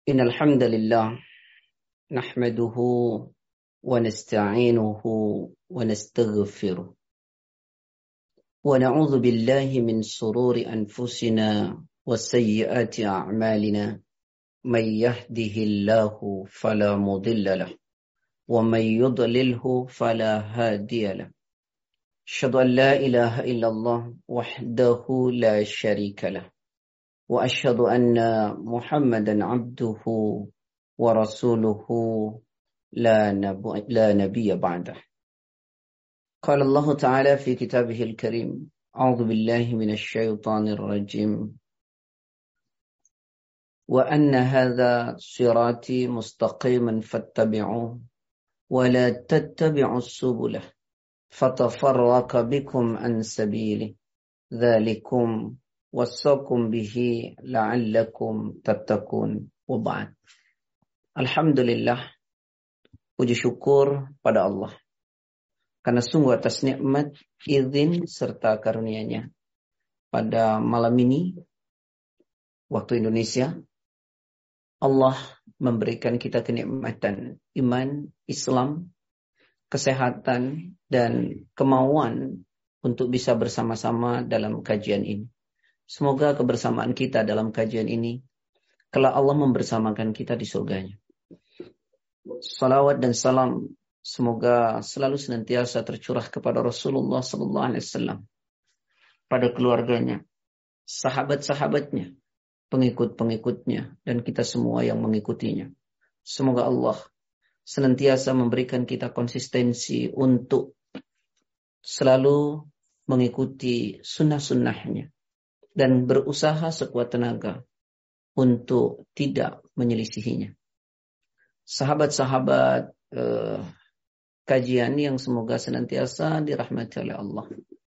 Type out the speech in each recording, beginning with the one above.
إن الحمد لله نحمده ونستعينه ونستغفره ونعوذ بالله من شرور أنفسنا وسيئات أعمالنا من يهده الله فلا مضل له ومن يضلله فلا هادي له أشهد أن لا إله إلا الله وحده لا شريك له وأشهد أن محمدا عبده ورسوله لا نبي بعده. قال الله تعالى في كتابه الكريم: أعوذ بالله من الشيطان الرجيم وأن هذا صراطي مستقيما فاتبعوه ولا تتبعوا السبل فتفرق بكم عن سبيله ذلكم وصاكم به لعلكم تتقون. وبعد. Alhamdulillah, puji syukur pada Allah karena sungguh atas nikmat, izin serta karunia-Nya pada malam ini waktu Indonesia Allah memberikan kita kenikmatan iman, Islam, kesehatan dan kemauan untuk bisa bersama-sama dalam kajian ini. Semoga kebersamaan kita dalam kajian ini kelak Allah membersamakan kita di surganya. Salawat dan salam semoga selalu senantiasa tercurah kepada Rasulullah SAW, pada keluarganya, sahabat-sahabatnya, pengikut-pengikutnya, dan kita semua yang mengikutinya. Semoga Allah senantiasa memberikan kita konsistensi untuk selalu mengikuti sunnah-sunnahnya dan berusaha sekuat tenaga untuk tidak menyelisihinya. Sahabat-sahabat kajian yang semoga senantiasa dirahmati oleh Allah.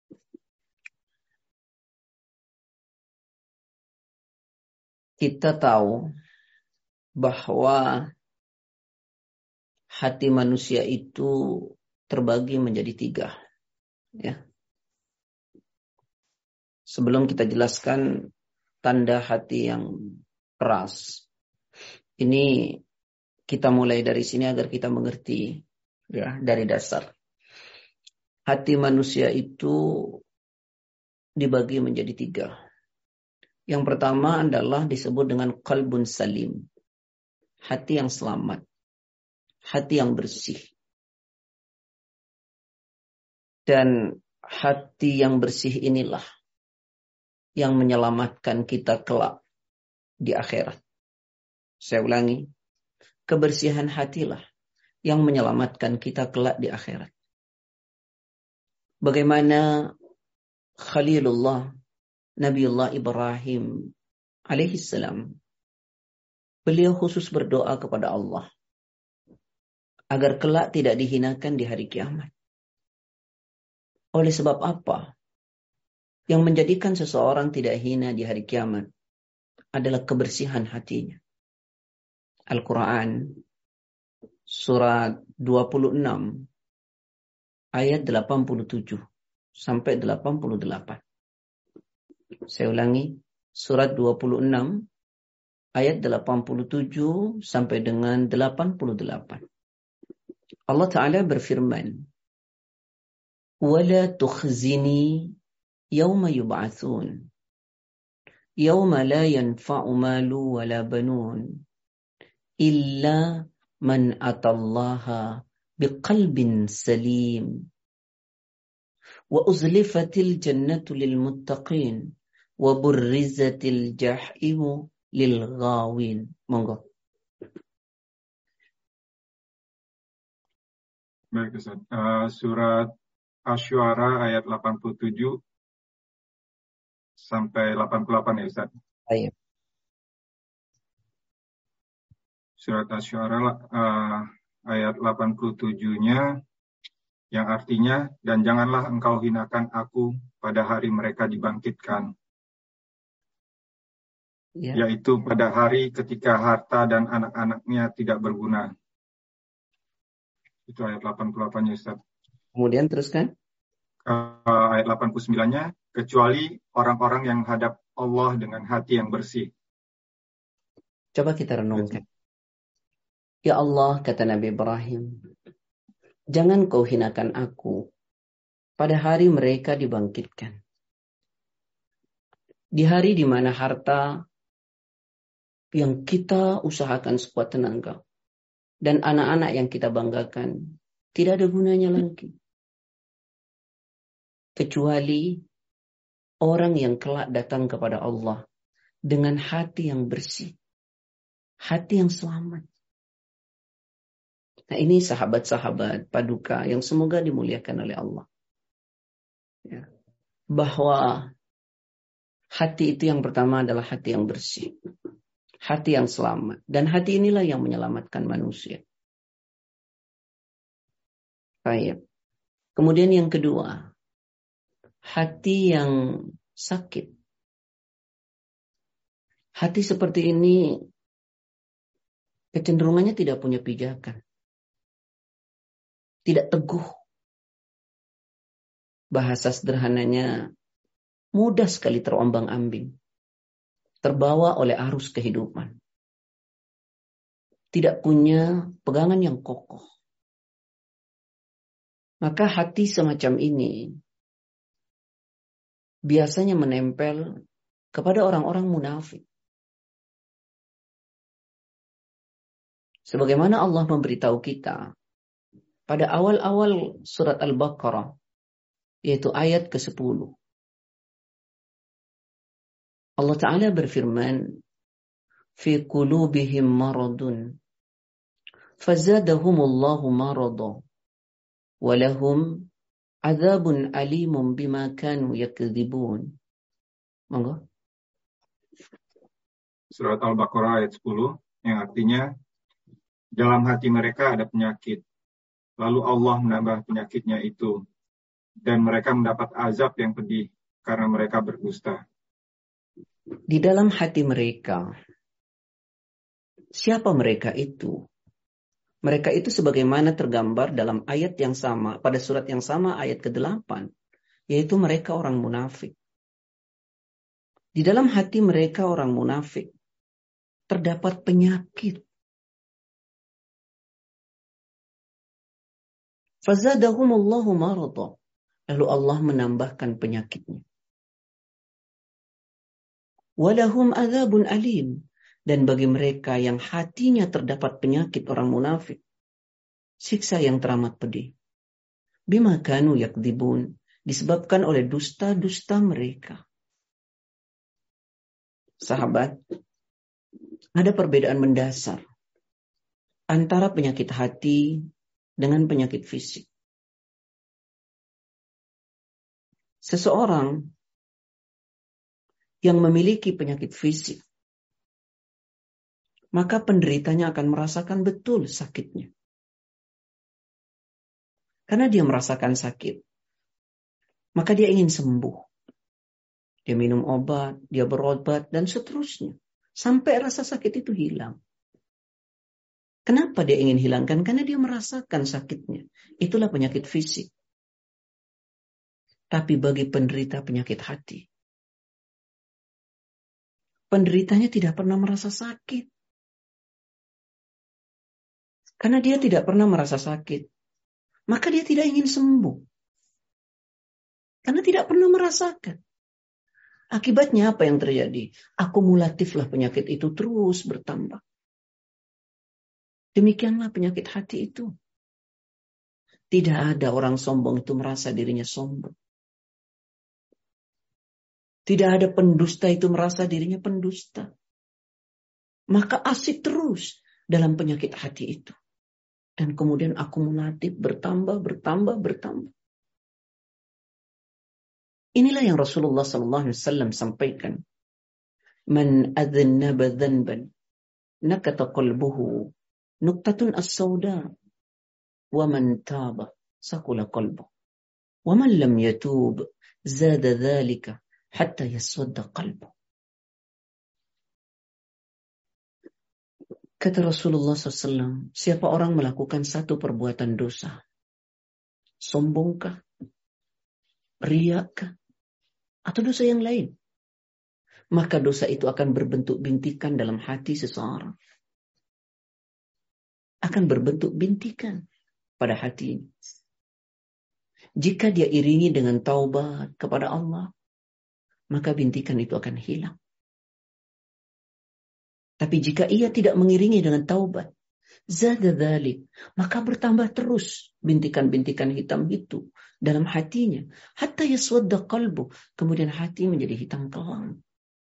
Kita tahu bahwa hati manusia itu terbagi menjadi 3. Ya. Sebelum kita jelaskan tanda hati yang keras, ini kita mulai dari sini agar kita mengerti ya dari dasar. Hati manusia itu dibagi menjadi 3. Yang pertama adalah disebut dengan qalbun salim, hati yang selamat, hati yang bersih. Dan hati yang bersih inilah yang menyelamatkan kita kelak di akhirat. Saya ulangi, kebersihan hatilah yang menyelamatkan kita kelak di akhirat. Bagaimana Khalilullah Nabiullah Ibrahim alaihissalam, beliau khusus berdoa kepada Allah agar kelak tidak dihinakan di hari kiamat. Oleh sebab apa? Yang menjadikan seseorang tidak hina di hari kiamat adalah kebersihan hatinya. Al-Quran surat 26 ayat 87 sampai 88. Saya ulangi, surat 26 ayat 87 sampai dengan 88. Allah Ta'ala berfirman, وَلَا تُخْزِنِي يَوْمَ يُبْعَثُونَ يَوْمَ لَا يَنْفَعُ مَالٌ وَلَا بَنُونَ إِلَّا مَنْ أَتَى اللَّهَ بِقَلْبٍ سَلِيمٍ وَأُزْلِفَتِ الْجَنَّةُ لِلْمُتَّقِينَ وَبُرِّزَتِ الْجَحِيمُ لِلْغَاوِينَ. Monggo. Baik, Ustaz. Surat Asy-Syu'ara ayat 87 sampai 88 ya, Ustaz. Ayo. Surat Asy-Syu'ara ayat 87-nya yang artinya, dan janganlah engkau hinakan aku pada hari mereka dibangkitkan. Ya. Yaitu pada hari ketika harta dan anak-anaknya tidak berguna. Itu ayat 88-nya, Ustaz. Kemudian teruskan. Ayat 89-nya, kecuali orang-orang yang hadap Allah dengan hati yang bersih. Coba kita renungkan. Ya Allah, kata Nabi Ibrahim, jangan kau hinakan aku pada hari mereka dibangkitkan. Di hari di mana harta yang kita usahakan sekuat tenaga dan anak-anak yang kita banggakan tidak ada gunanya lagi. Kecuali orang yang kelak datang kepada Allah dengan hati yang bersih, hati yang selamat. Nah, ini sahabat-sahabat paduka yang semoga dimuliakan oleh Allah. Ya. Bahwa hati itu yang pertama adalah hati yang bersih. Hati yang selamat. Dan hati inilah yang menyelamatkan manusia. Baik. Kemudian yang kedua, hati yang sakit. Hati seperti ini kecenderungannya tidak punya pijakan. Tidak teguh. Bahasa sederhananya mudah sekali terombang-ambing. Terbawa oleh arus kehidupan. Tidak punya pegangan yang kokoh. Maka hati semacam ini biasanya menempel kepada orang-orang munafik. Sebagaimana Allah memberitahu kita pada awal-awal surat Al-Baqarah, yaitu ayat ke-10. Allah Ta'ala berfirman, fi qulubihim maradun, fazadahumullahu marada, walahum azabun alimun bima kanu yakdzibun. Monggo. Surat Al-Baqarah ayat 10, yang artinya, dalam hati mereka ada penyakit. Lalu Allah menambah penyakitnya itu. Dan mereka mendapat azab yang pedih karena mereka berdusta. Di dalam hati mereka, siapa mereka itu? Mereka itu sebagaimana tergambar dalam ayat yang sama, pada surat yang sama ayat ke-8, yaitu mereka orang munafik. Di dalam hati mereka orang munafik, terdapat penyakit. Fazadahumullahu marada. Lalu Allah menambahkan penyakitnya. Walahum adzabun alim. Dan bagi mereka yang hatinya terdapat penyakit orang munafik, siksa yang teramat pedih. Bima kanu yakdzibun. Disebabkan oleh dusta-dusta mereka. Sahabat, ada perbedaan mendasar antara penyakit hati dengan penyakit fisik. Seseorang yang memiliki penyakit fisik, maka penderitanya akan merasakan betul sakitnya. Karena dia merasakan sakit, maka dia ingin sembuh. Dia minum obat, dia berobat, dan seterusnya. Sampai rasa sakit itu hilang. Kenapa dia ingin hilangkan? Karena dia merasakan sakitnya. Itulah penyakit fisik. Tapi bagi penderita penyakit hati, penderitanya tidak pernah merasa sakit. Karena dia tidak pernah merasa sakit, maka dia tidak ingin sembuh. Karena tidak pernah merasakan. Akibatnya apa yang terjadi? Akumulatiflah penyakit itu terus bertambah. Demikianlah penyakit hati itu. Tidak ada orang sombong itu merasa dirinya sombong. Tidak ada pendusta itu merasa dirinya pendusta. Maka asik terus dalam penyakit hati itu. Dan kemudian akumulatif bertambah. Inilah yang Rasulullah SAW sampaikan. Man adzannaba dzanban nakata qalbuhu nuqtatun as-sauda wa man taba sakula qalbuh wa man lam yatub zada dzalika hatta yaswadda qalbuh. Kata Rasulullah SAW, siapa orang melakukan satu perbuatan dosa, sombongkah, riakkah, atau dosa yang lain, maka dosa itu akan berbentuk bintikan dalam hati seseorang. Akan berbentuk bintikan pada hati ini. Jika dia iringi dengan taubat kepada Allah, maka bintikan itu akan hilang. Tapi jika ia tidak mengiringi dengan taubat, zada dzalik, maka bertambah terus bintikan-bintikan hitam itu dalam hatinya. Hatta yaswadda qalbu, kemudian hati menjadi hitam kelam.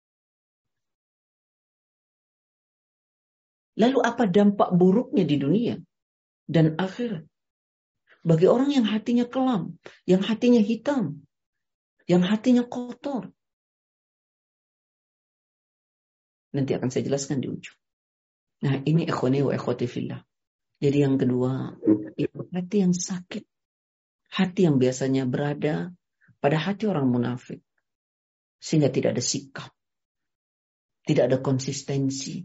Lalu apa dampak buruknya di dunia dan akhirat? Bagi orang yang hatinya kelam, yang hatinya hitam, yang hatinya kotor. Nanti akan saya jelaskan di ujung. Nah, ini ikhwani wa ikhwati fillah. Jadi yang kedua, itu hati yang sakit. Hati yang biasanya berada pada hati orang munafik. Sehingga tidak ada sikap. Tidak ada konsistensi.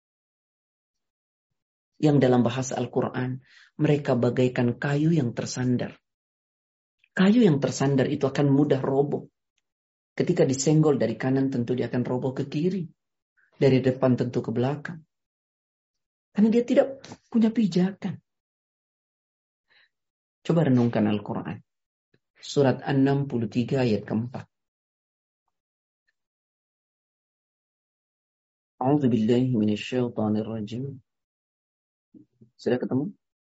Yang dalam bahasa Al-Quran, mereka bagaikan kayu yang tersandar. Kayu yang tersandar itu akan mudah roboh. Ketika disenggol dari kanan tentu dia akan roboh ke kiri. Dari depan tentu ke belakang. Karena dia tidak punya pijakan. Coba renungkan Al-Quran. Surat An-63 ayat keempat. A'udzubillahi minasyaitonirrajim. Sudah ketemu?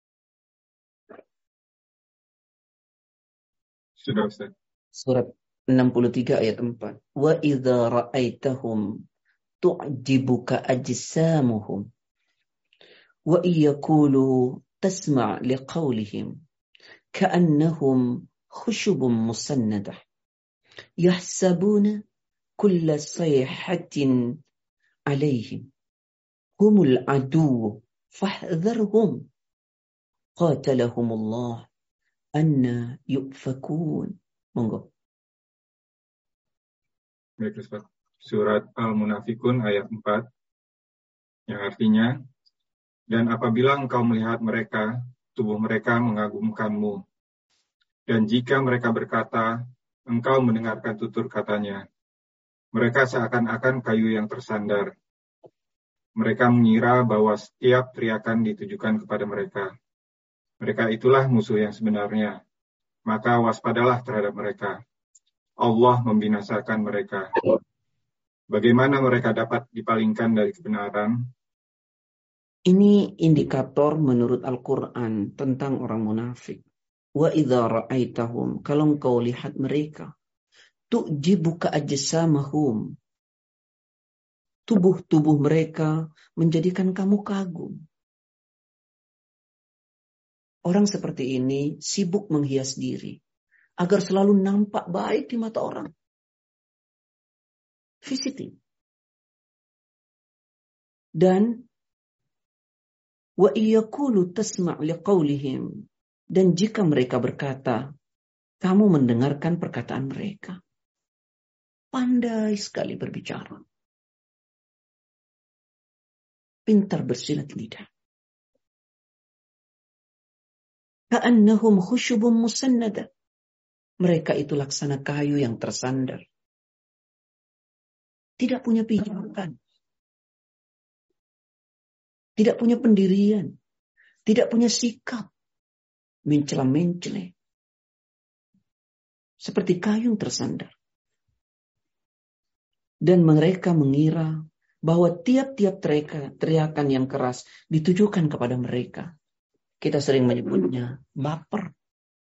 Sudah, Ustaz. Surat 63 ayat 4. Wa idza ra'aitahum tu'jibuka ajsamuhum wa iyaqulu tasma' liqaulihim ka'annahum khushubun musannadah yahsabuna kulla sayhatin 'alaihim humul adu fahdharhum qatalahumullah anna yufakun. Monggo. Baik, Ustaz. Surat Al-Munafikun ayat 4 yang artinya, dan apabila engkau melihat mereka, tubuh mereka mengagumkanmu. Dan jika mereka berkata, engkau mendengarkan tutur katanya. Mereka seakan-akan kayu yang tersandar. Mereka mengira bahwa setiap teriakan ditujukan kepada mereka. Mereka itulah musuh yang sebenarnya. Maka waspadalah terhadap mereka. Allah membinasakan mereka. Bagaimana mereka dapat dipalingkan dari kebenaran? Ini indikator menurut Al-Quran tentang orang munafik. Wa idza ra'aitahum, kalau engkau lihat mereka, tu'jibuka ajsamahum, tubuh-tubuh mereka menjadikan kamu kagum. Orang seperti ini sibuk menghias diri agar selalu nampak baik di mata orang. Visiting. Dan wa iyaqulu tasma' liqaulihim, dan jika mereka berkata, kamu mendengarkan perkataan mereka. Pandai sekali berbicara. Pintar bersilat lidah. Ka'annahum khusyubun musannada. Mereka itu laksana kayu yang tersandar. Tidak punya pijakan. Tidak punya pendirian. Tidak punya sikap. Mencela-mencele. Seperti kayu yang tersandar. Dan mereka mengira bahwa tiap-tiap teriakan yang keras ditujukan kepada mereka. Kita sering menyebutnya baper.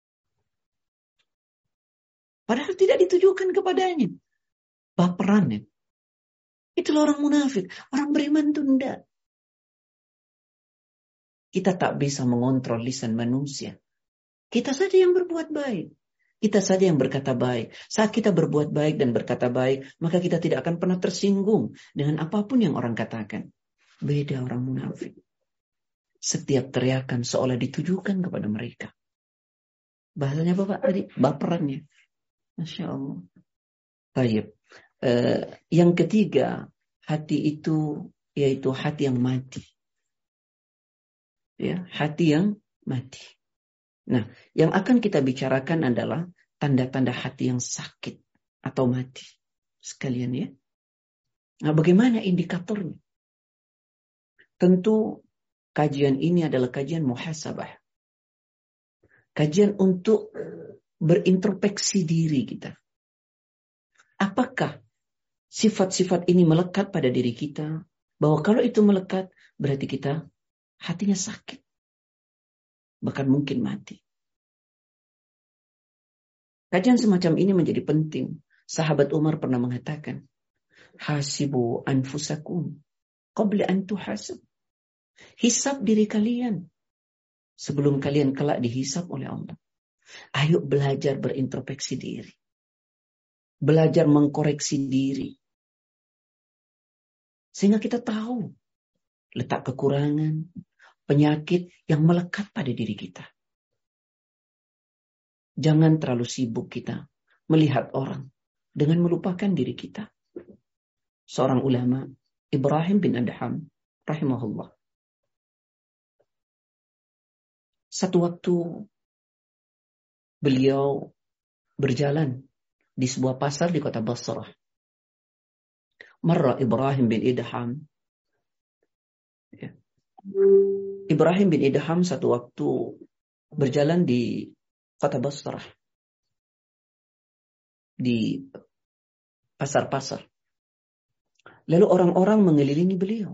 Padahal tidak ditujukan kepadanya. Baperan ya. Itulah orang munafik. Orang beriman itu enggak. Kita tak bisa mengontrol lisan manusia. Kita saja yang berbuat baik. Kita saja yang berkata baik. Saat kita berbuat baik dan berkata baik, maka kita tidak akan pernah tersinggung dengan apapun yang orang katakan. Beda orang munafik. Setiap teriakan seolah ditujukan kepada mereka. Bahasanya Bapak tadi, baperannya. Masya Allah. Baik. Yang ketiga, hati itu yaitu hati yang mati. Ya, hati yang mati. Nah, yang akan kita bicarakan adalah tanda-tanda hati yang sakit atau mati. Sekalian ya. Nah, bagaimana indikatornya? Tentu kajian ini adalah kajian muhasabah. Kajian untuk berintrospeksi diri kita. Apakah sifat-sifat ini melekat pada diri kita? Bahwa kalau itu melekat, berarti kita hatinya sakit. Bahkan mungkin mati. Kajian semacam ini menjadi penting. Sahabat Umar pernah mengatakan, hasibu anfusakum qabla an tuhasab. Hisab diri kalian sebelum kalian kelak dihisab oleh Allah. Ayo belajar berintrospeksi diri. Belajar mengkoreksi diri. Sehingga kita tahu letak kekurangan, penyakit yang melekat pada diri kita. Jangan terlalu sibuk kita melihat orang dengan melupakan diri kita. Seorang ulama, Ibrahim bin Adham, rahimahullah. Satu waktu beliau berjalan di sebuah pasar di kota Basrah. Marra Ibrahim bin Adham. Ibrahim bin Adham satu waktu berjalan di kota Basrah. Di pasar-pasar. Lalu orang-orang mengelilingi beliau.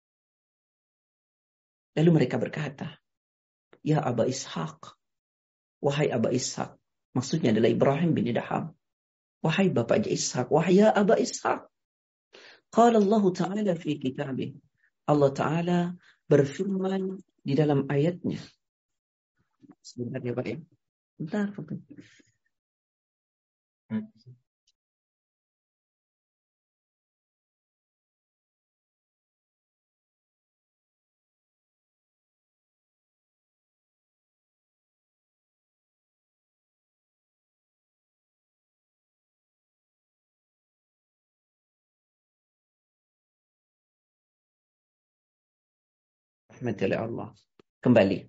Lalu mereka berkata, ya Aba Ishaq, wahai Aba Ishaq. Maksudnya adalah Ibrahim bin Adham. Wahai Bapak Ishaq, wahai ya Aba Ishaq. Qala Allah Ta'ala fi kitabih. Allah Ta'ala berfirman di dalam ayatnya. Sebentar ya Pak ya. Bentar. Rahmatullahi Allah. Kembali.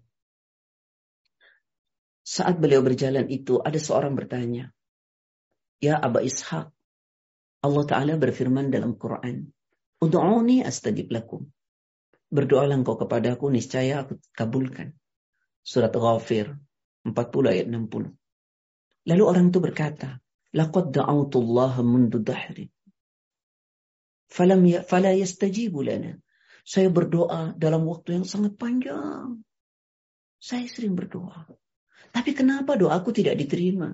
Saat beliau berjalan itu, ada seorang bertanya, ya Aba Ishaq, Allah Ta'ala berfirman dalam Quran, Udu'uni astajib lakum. Berdoalah engkau kepadaku, niscaya aku kabulkan. Surat Ghafir 40 ayat 60. Lalu orang itu berkata, Laqad da'autullaha mundu dahri. Fala yastajibu lana. Saya berdoa dalam waktu yang sangat panjang. Saya sering berdoa. Tapi kenapa doaku tidak diterima?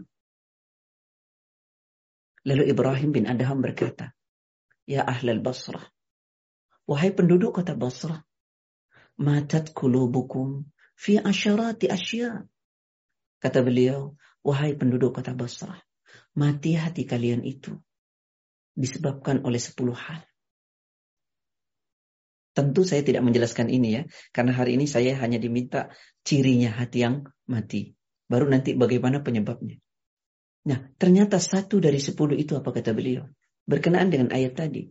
Lalu Ibrahim bin Adham berkata, ya ahlal Basrah. Wahai penduduk kota Basrah. Matat kulubukum fi asyarati asya. Kata beliau, wahai penduduk kota Basrah. Mati hati kalian itu disebabkan oleh 10 hal. Tentu saya tidak menjelaskan ini ya. Karena hari ini saya hanya diminta cirinya hati yang mati. Baru nanti bagaimana penyebabnya. Nah, ternyata 1 dari 10 itu apa kata beliau? Berkenaan dengan ayat tadi.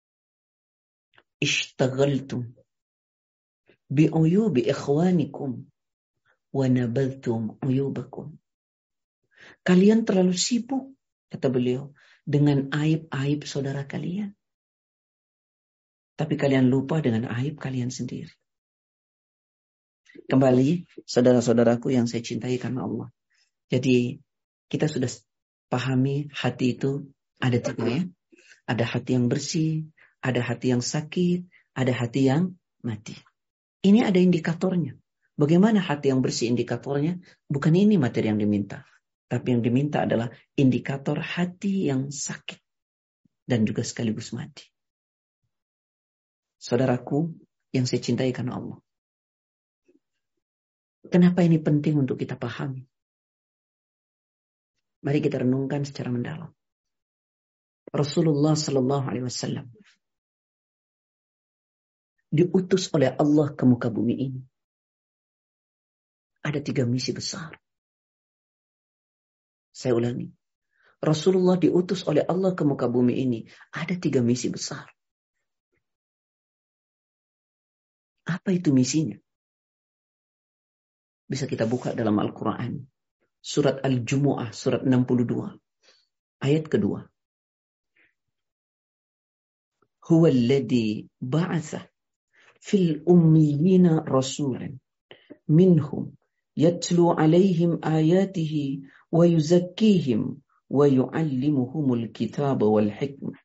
Ishtaghaltum bi'uyubi ikhwanikum wa nabadhtum uyubakum. Kalian terlalu sibuk, kata beliau, dengan aib-aib saudara kalian. Tapi kalian lupa dengan aib kalian sendiri. Kembali, saudara-saudaraku yang saya cintai karena Allah. Jadi, kita sudah pahami hati itu ada 3 ya. Ada hati yang bersih, ada hati yang sakit, ada hati yang mati. Ini ada indikatornya. Bagaimana hati yang bersih indikatornya? Bukan ini materi yang diminta. Tapi yang diminta adalah indikator hati yang sakit. Dan juga sekaligus mati. Saudaraku yang saya cintai karena Allah. Kenapa ini penting untuk kita pahami? Mari kita renungkan secara mendalam. Rasulullah Sallallahu Alaihi Wasallam diutus oleh Allah ke muka bumi ini. Ada 3 misi besar. Saya ulangi. Rasulullah diutus oleh Allah ke muka bumi ini. Ada 3 misi besar. Apa itu misinya? Bisa kita buka dalam Al-Quran. Surat Al-Jumu'ah, surat 62. Ayat kedua. huwa alladhi ba'atha fil ummiyina rasulan minhum yatlu alaihim ayatihi wa yuzakkihim wa yu'allimuhumul kitaba wal hikmah.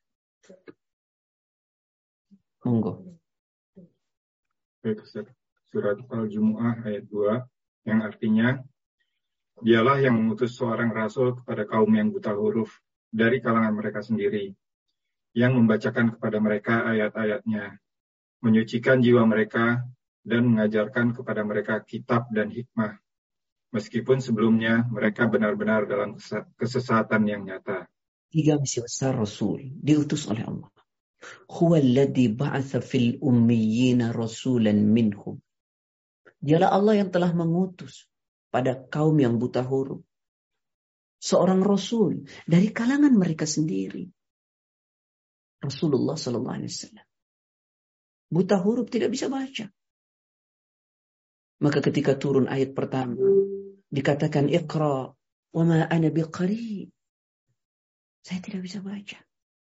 Monggo. Baik, surat Al-Jumu'ah ayat 2 yang artinya dialah yang mengutus seorang rasul kepada kaum yang buta huruf dari kalangan mereka sendiri, yang membacakan kepada mereka ayat-ayatnya, menyucikan jiwa mereka, dan mengajarkan kepada mereka kitab dan hikmah, meskipun sebelumnya mereka benar-benar dalam kesesatan yang nyata. 3 misi besar Rasul diutus oleh Allah. Huwa alladhi ba'atha fil ummiyina rasulan minhum. Dialah Allah yang telah mengutus pada kaum yang buta huruf seorang rasul dari kalangan mereka sendiri. Rasulullah sallallahu alaihi wasallam. Buta huruf tidak bisa baca. Maka ketika turun ayat pertama dikatakan Iqra wa ma ana biqari. Saya tidak bisa baca.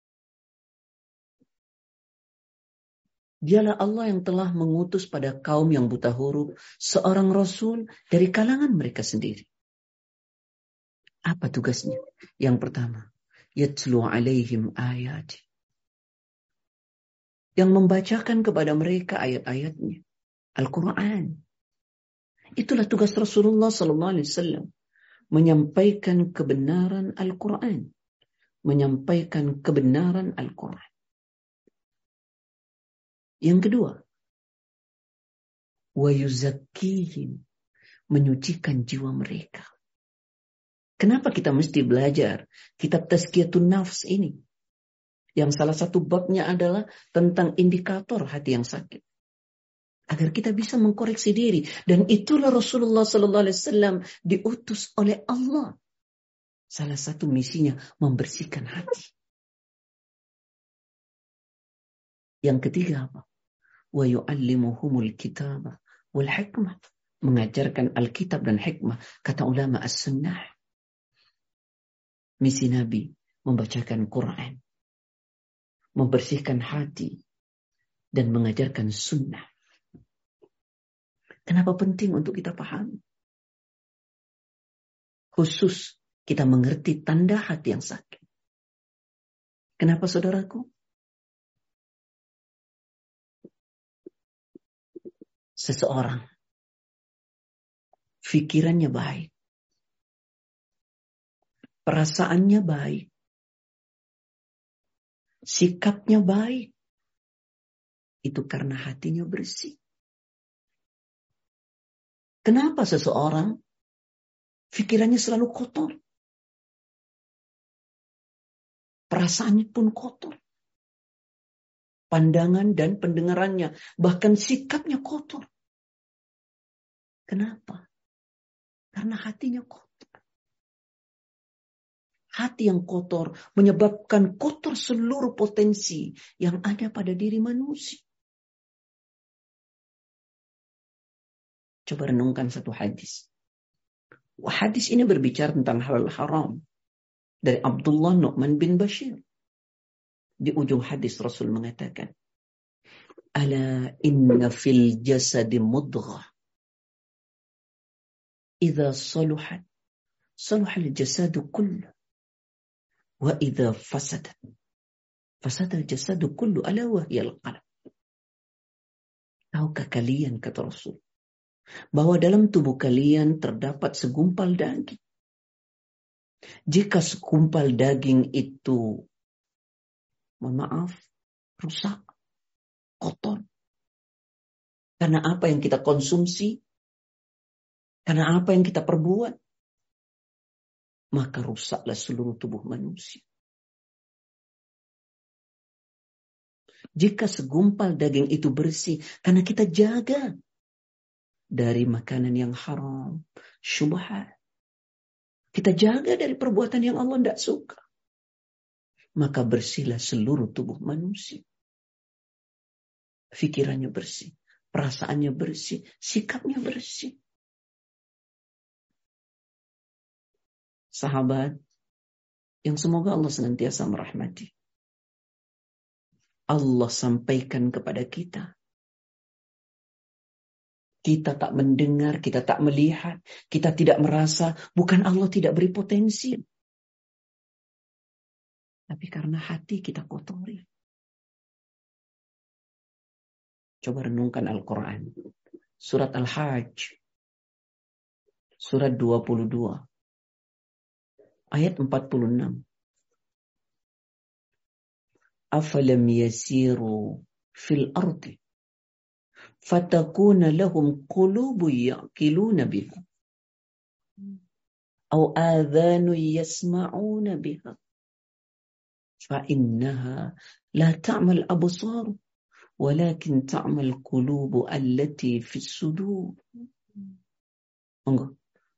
Dialah Allah yang telah mengutus pada kaum yang buta huruf seorang rasul dari kalangan mereka sendiri. Apa tugasnya? Yang pertama, yatlu alaihim ayat. Yang membacakan kepada mereka ayat-ayatnya. Al-Quran. Itulah tugas Rasulullah SAW. Menyampaikan kebenaran Al-Quran. Menyampaikan kebenaran Al-Quran. Yang kedua, wa yuzakkihim. Menyucikan jiwa mereka. Kenapa kita mesti belajar kitab Tazkiyatun Nafs ini? Yang salah satu babnya adalah tentang indikator hati yang sakit. Agar kita bisa mengkoreksi diri. Dan itulah Rasulullah SAW diutus oleh Allah. Salah satu misinya membersihkan hati. Yang ketiga apa? Wa yu'allimuhumul kitaba wal hikmah. Mengajarkan Alkitab dan hikmah. Kata ulama as-sunnah. Misi Nabi membacakan Quran, membersihkan hati, dan mengajarkan sunnah. Kenapa penting untuk kita pahami? Khusus kita mengerti tanda hati yang sakit. Kenapa saudaraku? Seseorang pikirannya baik, perasaannya baik, sikapnya baik, itu karena hatinya bersih. Kenapa seseorang pikirannya selalu kotor? Perasaannya pun kotor. Pandangan dan pendengarannya, bahkan sikapnya kotor. Kenapa? Karena hatinya kotor. Hati yang kotor menyebabkan kotor seluruh potensi yang ada pada diri manusia. Coba renungkan satu hadis. Hadis ini berbicara tentang halal haram. Dari Abdullah Nu'man bin Bashir. Di ujung hadis Rasul mengatakan, Ala inna fil jasadi mudghah. Idza saluhat, saluhal jasadu kullu. Wa idza fasadat, fasadal jasadu kullu ala wahyal qalb. Tahukah kalian, kata Rasul, bahwa dalam tubuh kalian terdapat segumpal daging. Jika segumpal daging itu, mohon maaf, rusak, kotor. Karena apa yang kita konsumsi, karena apa yang kita perbuat, maka rusaklah seluruh tubuh manusia. Jika segumpal daging itu bersih, karena kita jaga dari makanan yang haram, syubhat. Kita jaga dari perbuatan yang Allah tidak suka. Maka bersihlah seluruh tubuh manusia. Fikirannya bersih, perasaannya bersih, sikapnya bersih. Sahabat yang semoga Allah senantiasa merahmati. Allah sampaikan kepada kita. Kita tak mendengar, kita tak melihat, kita tidak merasa, bukan Allah tidak beri potensi. Tapi karena hati kita kotori. Coba renungkan Al-Quran. Surat Al-Hajj. Surat 22. Ayat 46. Afalam yasiru fil ardi. Fatakuna lahum qulubu ya'qiluna biha. Au adhanu yasma'una biha. Fa'innaha la ta'mal absar. Walakin ta'mal qulubu allati fis sudur. Monggo.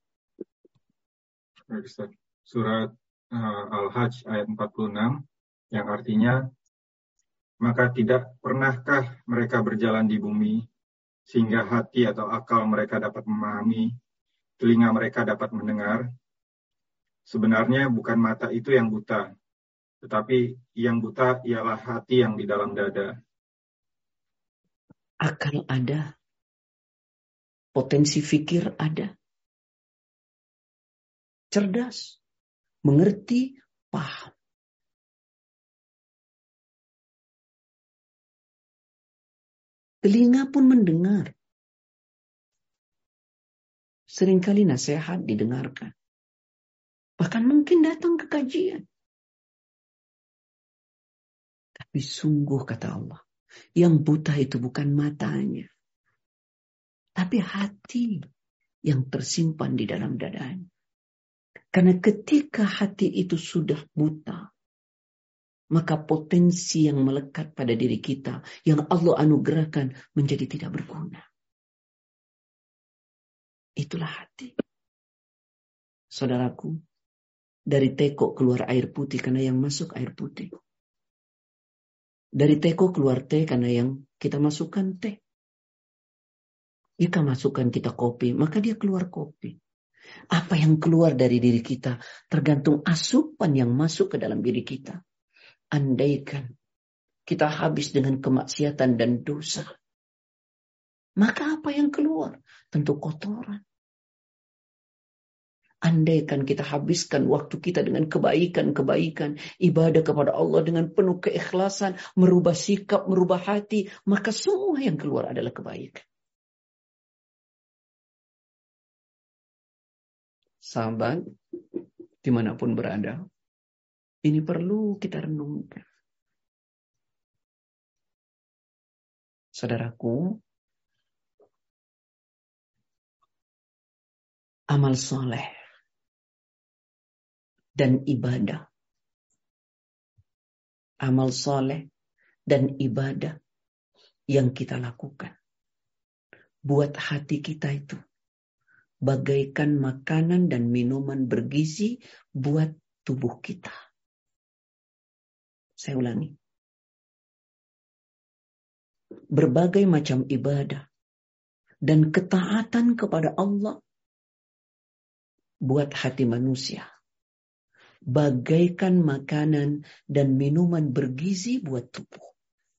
Surat Al-Hajj ayat 46 yang artinya, maka tidak pernahkah mereka berjalan di bumi sehingga hati atau akal mereka dapat memahami, telinga mereka dapat mendengar. Sebenarnya bukan mata itu yang buta, tetapi yang buta ialah hati yang di dalam dada. Akal ada, potensi fikir ada, cerdas, mengerti, paham. Telinga pun mendengar. Seringkali nasihat didengarkan. Bahkan mungkin datang ke kajian. Tapi sungguh kata Allah, yang buta itu bukan matanya, tapi hati yang tersimpan di dalam dadanya. Karena ketika hati itu sudah buta, maka potensi yang melekat pada diri kita, yang Allah anugerahkan, menjadi tidak berguna. Itulah hati. Saudaraku, dari teko keluar air putih karena yang masuk air putih. Dari teko keluar teh karena yang kita masukkan teh. Jika masukkan kita kopi, maka dia keluar kopi. Apa yang keluar dari diri kita tergantung asupan yang masuk ke dalam diri kita. Andaikan kita habis dengan kemaksiatan dan dosa, maka apa yang keluar? Tentu kotoran. Andaikan kita habiskan waktu kita dengan kebaikan-kebaikan, ibadah kepada Allah dengan penuh keikhlasan, merubah sikap, merubah hati, maka semua yang keluar adalah kebaikan. Sahabat, dimanapun berada, ini perlu kita renungkan. Saudaraku, amal soleh dan ibadah. Amal soleh dan ibadah yang kita lakukan buat hati kita itu bagaikan makanan dan minuman bergizi buat tubuh kita. Saya ulangi. Berbagai macam ibadah dan ketaatan kepada Allah buat hati manusia bagaikan makanan dan minuman bergizi buat tubuh.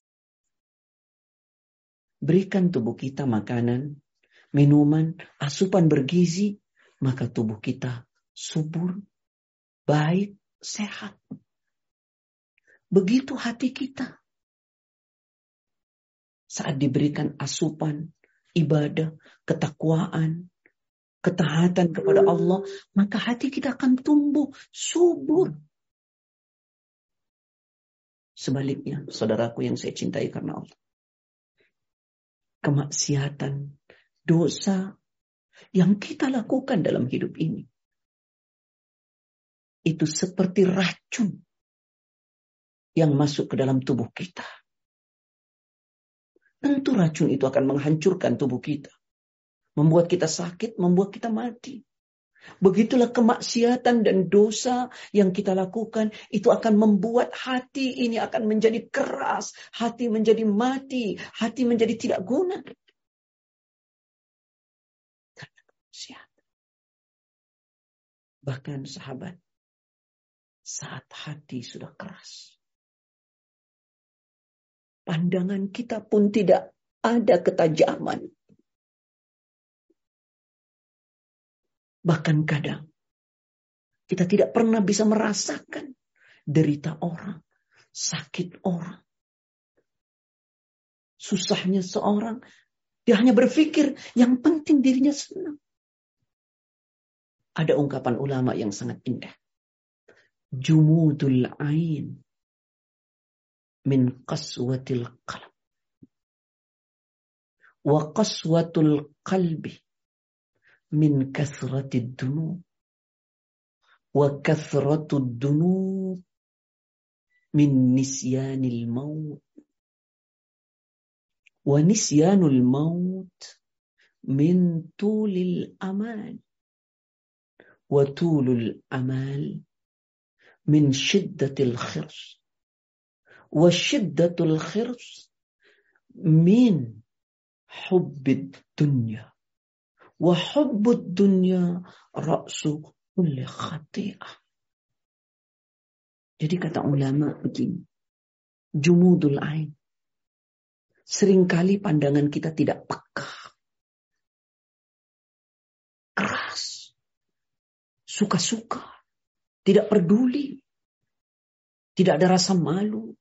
Berikan tubuh kita makanan, minuman, asupan bergizi, maka tubuh kita subur, baik, sehat. Begitu hati kita. Saat diberikan asupan, ibadah, ketakwaan, ketaatan kepada Allah, maka hati kita akan tumbuh subur. Sebaliknya, saudaraku yang saya cintai karena Allah, kemaksiatan, dosa yang kita lakukan dalam hidup ini, itu seperti racun yang masuk ke dalam tubuh kita. Tentu racun itu akan menghancurkan tubuh kita. Membuat kita sakit, membuat kita mati. Begitulah kemaksiatan dan dosa yang kita lakukan. Itu akan membuat hati ini akan menjadi keras. Hati menjadi mati. Hati menjadi tidak guna. Karena kemaksiatan. Bahkan sahabat, saat hati sudah keras, Pandangan kita pun tidak ada ketajaman. Bahkan kadang kita tidak pernah bisa merasakan derita orang, sakit orang, susahnya seorang. Dia hanya berpikir yang penting dirinya senang. Ada ungkapan ulama yang sangat indah. Jumudul ain min qaswatil qalb. Wa qaswatul qalbi min kathratid dunub. Wa kathratud dunub min nisyanil maut. Wa nisyanul maut min tulil amal. Wa tulul amal min syiddatil khirs. Wa syiddatul khirs min hubbid dunya. Wa hubbud dunya ra'su kulli khati'ah. Jadi kata ulama begini. Jumudul ain. Seringkali pandangan kita tidak peka. Keras. Suka-suka. Tidak peduli. Tidak ada rasa malu.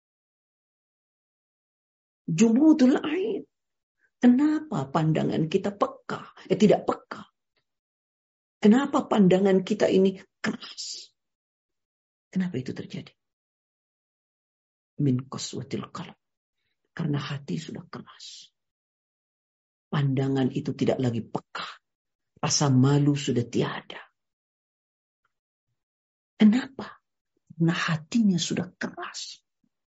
Jumudul ain. Kenapa pandangan kita peka? Tidak peka. Kenapa pandangan kita ini keras? Kenapa itu terjadi? Min qaswatil qalb. Karena hati sudah keras. Pandangan itu tidak lagi peka. Rasa malu sudah tiada. Kenapa? Karena hatinya sudah keras.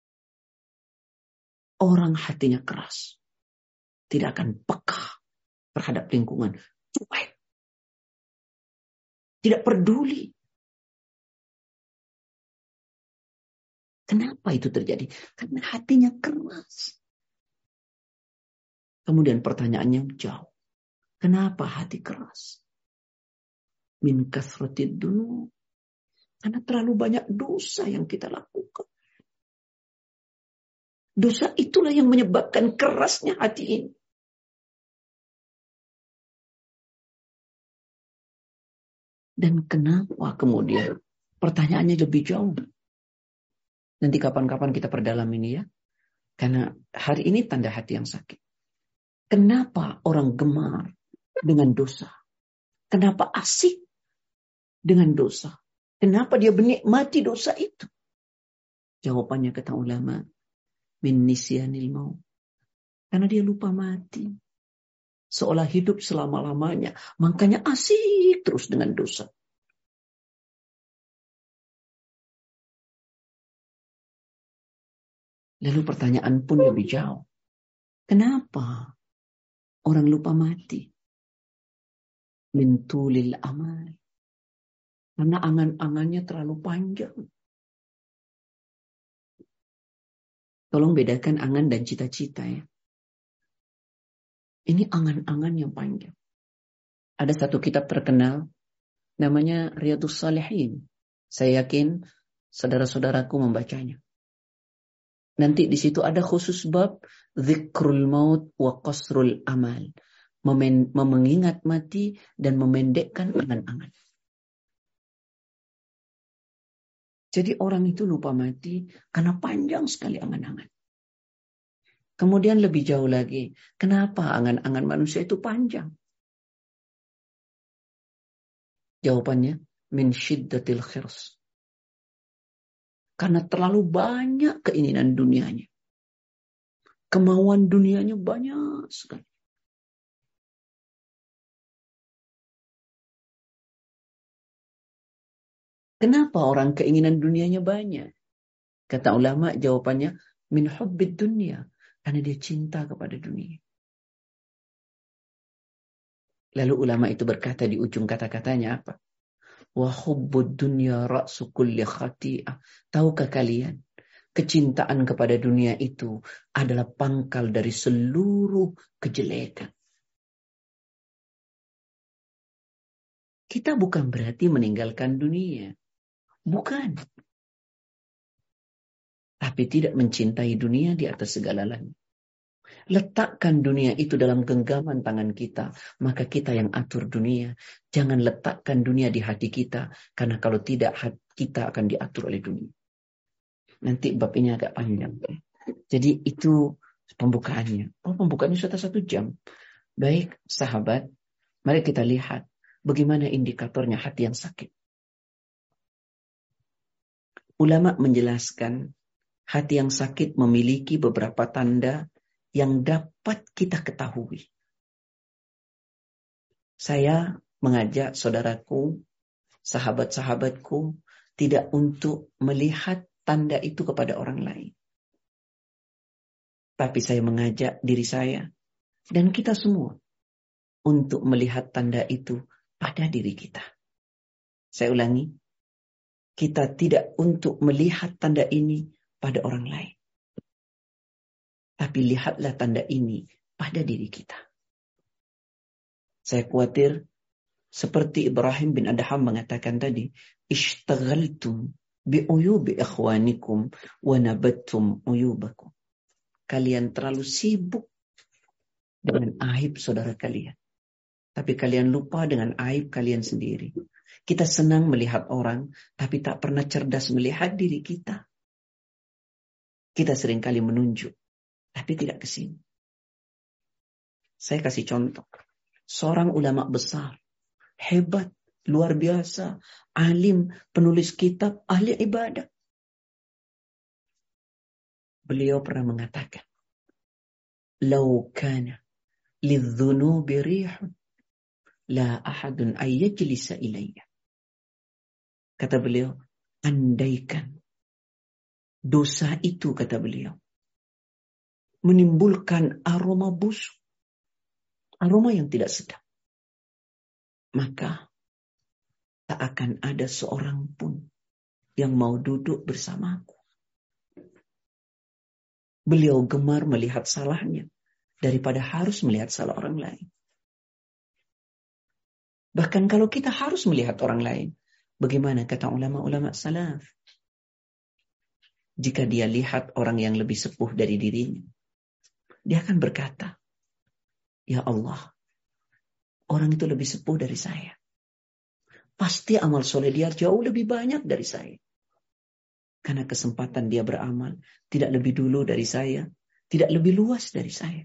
Orang hatinya keras. Tidak akan peka terhadap lingkungan. Cuek. Tidak peduli. Kenapa itu terjadi? Karena hatinya keras. Kemudian pertanyaannya jauh. Kenapa hati keras? Min kathratid dunub. Karena terlalu banyak dosa yang kita lakukan. Dosa itulah yang menyebabkan kerasnya hati ini. Dan kenapa kemudian? Pertanyaannya lebih jauh. Nanti kapan-kapan kita perdalam ini ya. Karena hari ini tanda hati yang sakit. Kenapa orang gemar dengan dosa? Kenapa asik dengan dosa? Kenapa dia menikmati dosa itu? Jawabannya kata ulama. Min nisyanil maut. Karena dia lupa mati. Seolah hidup selama-lamanya. Makanya asik terus dengan dosa. Lalu pertanyaan pun lebih jauh. Kenapa orang lupa mati? Min tulil amal. Karena angan-angannya terlalu panjang. Tolong bedakan angan dan cita-cita ya. Ini angan-angan yang panjang. Ada satu kitab terkenal namanya Riyadhus Shalihin. Saya yakin saudara-saudaraku membacanya. Nanti di situ ada khusus bab dzikrul maut wa qasrul amal. Mengingat mati dan memendekkan angan-angan. Jadi orang itu lupa mati karena panjang sekali angan-angan. Kemudian lebih jauh lagi, kenapa angan-angan manusia itu panjang? Jawabannya, min syiddatil khirs. Karena terlalu banyak keinginan dunianya. Kemauan dunianya banyak sekali. Kenapa orang keinginan dunianya banyak? Kata ulama jawabannya, min hubbid dunya. Karena dia cinta kepada dunia. Lalu ulama itu berkata di ujung kata-katanya apa? Wa hubbud dunya ra'su kulli khati'ah. Tahukah kalian? Kecintaan kepada dunia itu adalah pangkal dari seluruh kejelekan. Kita bukan berarti meninggalkan dunia. Bukan. tapi tidak mencintai dunia di atas segala-galanya. Letakkan dunia itu dalam genggaman tangan kita, maka kita yang atur dunia. Jangan letakkan dunia di hati kita, karena kalau tidak, hati kita akan diatur oleh dunia. Nanti bab ini agak panjang. Jadi itu pembukaannya. Pembukaannya sudah 1 jam. Baik, sahabat, mari kita lihat bagaimana indikatornya hati yang sakit. Ulama menjelaskan hati yang sakit memiliki beberapa tanda yang dapat kita ketahui. Saya mengajak saudaraku, sahabat-sahabatku, tidak untuk melihat tanda itu kepada orang lain. Tapi saya mengajak diri saya dan kita semua untuk melihat tanda itu pada diri kita. Saya ulangi, kita tidak untuk melihat tanda ini pada orang lain. Tapi lihatlah tanda ini pada diri kita. Saya khawatir seperti Ibrahim bin Adham mengatakan tadi, ishtaghaltum bi uyubi ikhwanikum wa nabattum uyubakum. Kalian terlalu sibuk dengan aib saudara kalian. Tapi kalian lupa dengan aib kalian sendiri. Kita senang melihat orang, tapi tak pernah cerdas melihat diri kita. Kita seringkali menunjuk, tapi tidak ke sini. Saya kasih contoh. Seorang ulama besar, hebat, luar biasa, alim, penulis kitab, ahli ibadah. Beliau pernah mengatakan, "Lau kana lidzunubi rihun, la ahadun ayyajlisa ilayya." Kata beliau, andaikan dosa itu, kata beliau, menimbulkan aroma busuk, aroma yang tidak sedap, maka tak akan ada seorang pun yang mau duduk bersamaku. Beliau gemar melihat salahnya daripada harus melihat salah orang lain. Bahkan kalau kita harus melihat orang lain, bagaimana kata ulama-ulama salaf? Jika dia lihat orang yang lebih sepuh dari dirinya, dia akan berkata, "Ya Allah, orang itu lebih sepuh dari saya. Pasti amal soleh dia jauh lebih banyak dari saya. Karena kesempatan dia beramal tidak lebih dulu dari saya, tidak lebih luas dari saya."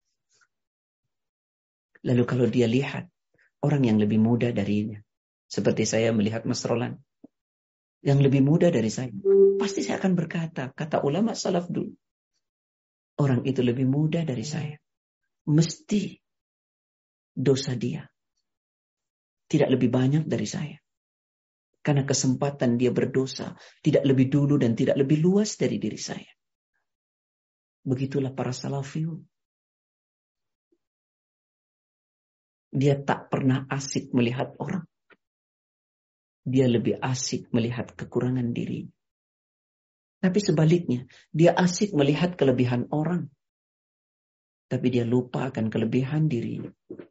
Lalu kalau dia lihat orang yang lebih muda darinya, seperti saya melihat Mas Roland, yang lebih muda dari saya, pasti saya akan berkata, kata ulama salaf dulu, orang itu lebih muda dari saya. Mesti dosa dia tidak lebih banyak dari saya. Karena kesempatan dia berdosa tidak lebih dulu dan tidak lebih luas dari diri saya. Begitulah para salafiyun. Dia tak pernah asik melihat orang. Dia lebih asik melihat kekurangan diri. Tapi sebaliknya, dia asik melihat kelebihan orang. Tapi dia lupa akan kelebihan dirinya.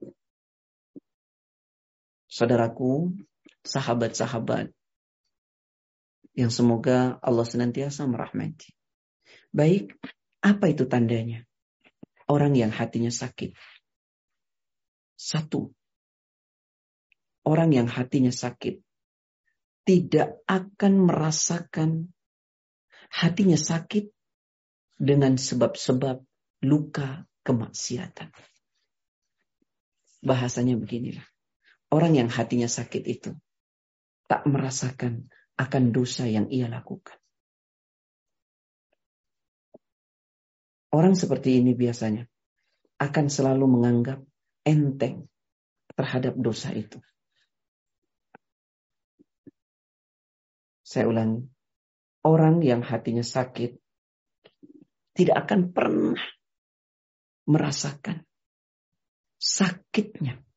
Saudaraku, sahabat-sahabat, yang semoga Allah senantiasa merahmati. Baik, apa itu tandanya? Orang yang hatinya sakit. 1. Orang yang hatinya sakit tidak akan merasakan hatinya sakit dengan sebab-sebab luka kemaksiatan. Bahasanya beginilah. Orang yang hatinya sakit itu tak merasakan akan dosa yang ia lakukan. Orang seperti ini biasanya akan selalu menganggap enteng terhadap dosa itu. Saya ulangi, orang yang hatinya sakit tidak akan pernah merasakan sakitnya.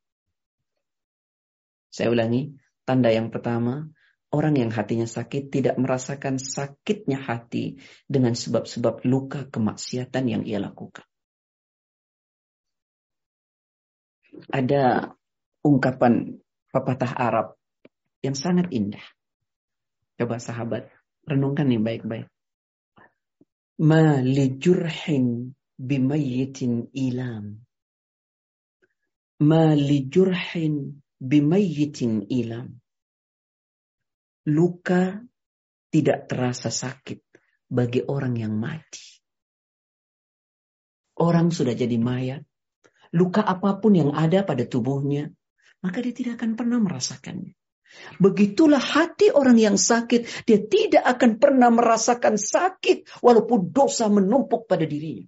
Saya ulangi, tanda yang pertama, orang yang hatinya sakit tidak merasakan sakitnya hati dengan sebab-sebab luka kemaksiatan yang ia lakukan. Ada ungkapan pepatah Arab yang sangat indah. Coba sahabat, renungkan nih baik-baik. Ma li jurhin bimayyitin ilam. Ma li jurhin bimayyitin ilam. Luka tidak terasa sakit bagi orang yang mati. Orang sudah jadi mayat. Luka apapun yang ada pada tubuhnya, maka dia tidak akan pernah merasakannya. Begitulah hati orang yang sakit. Dia tidak akan pernah merasakan sakit walaupun dosa menumpuk pada dirinya.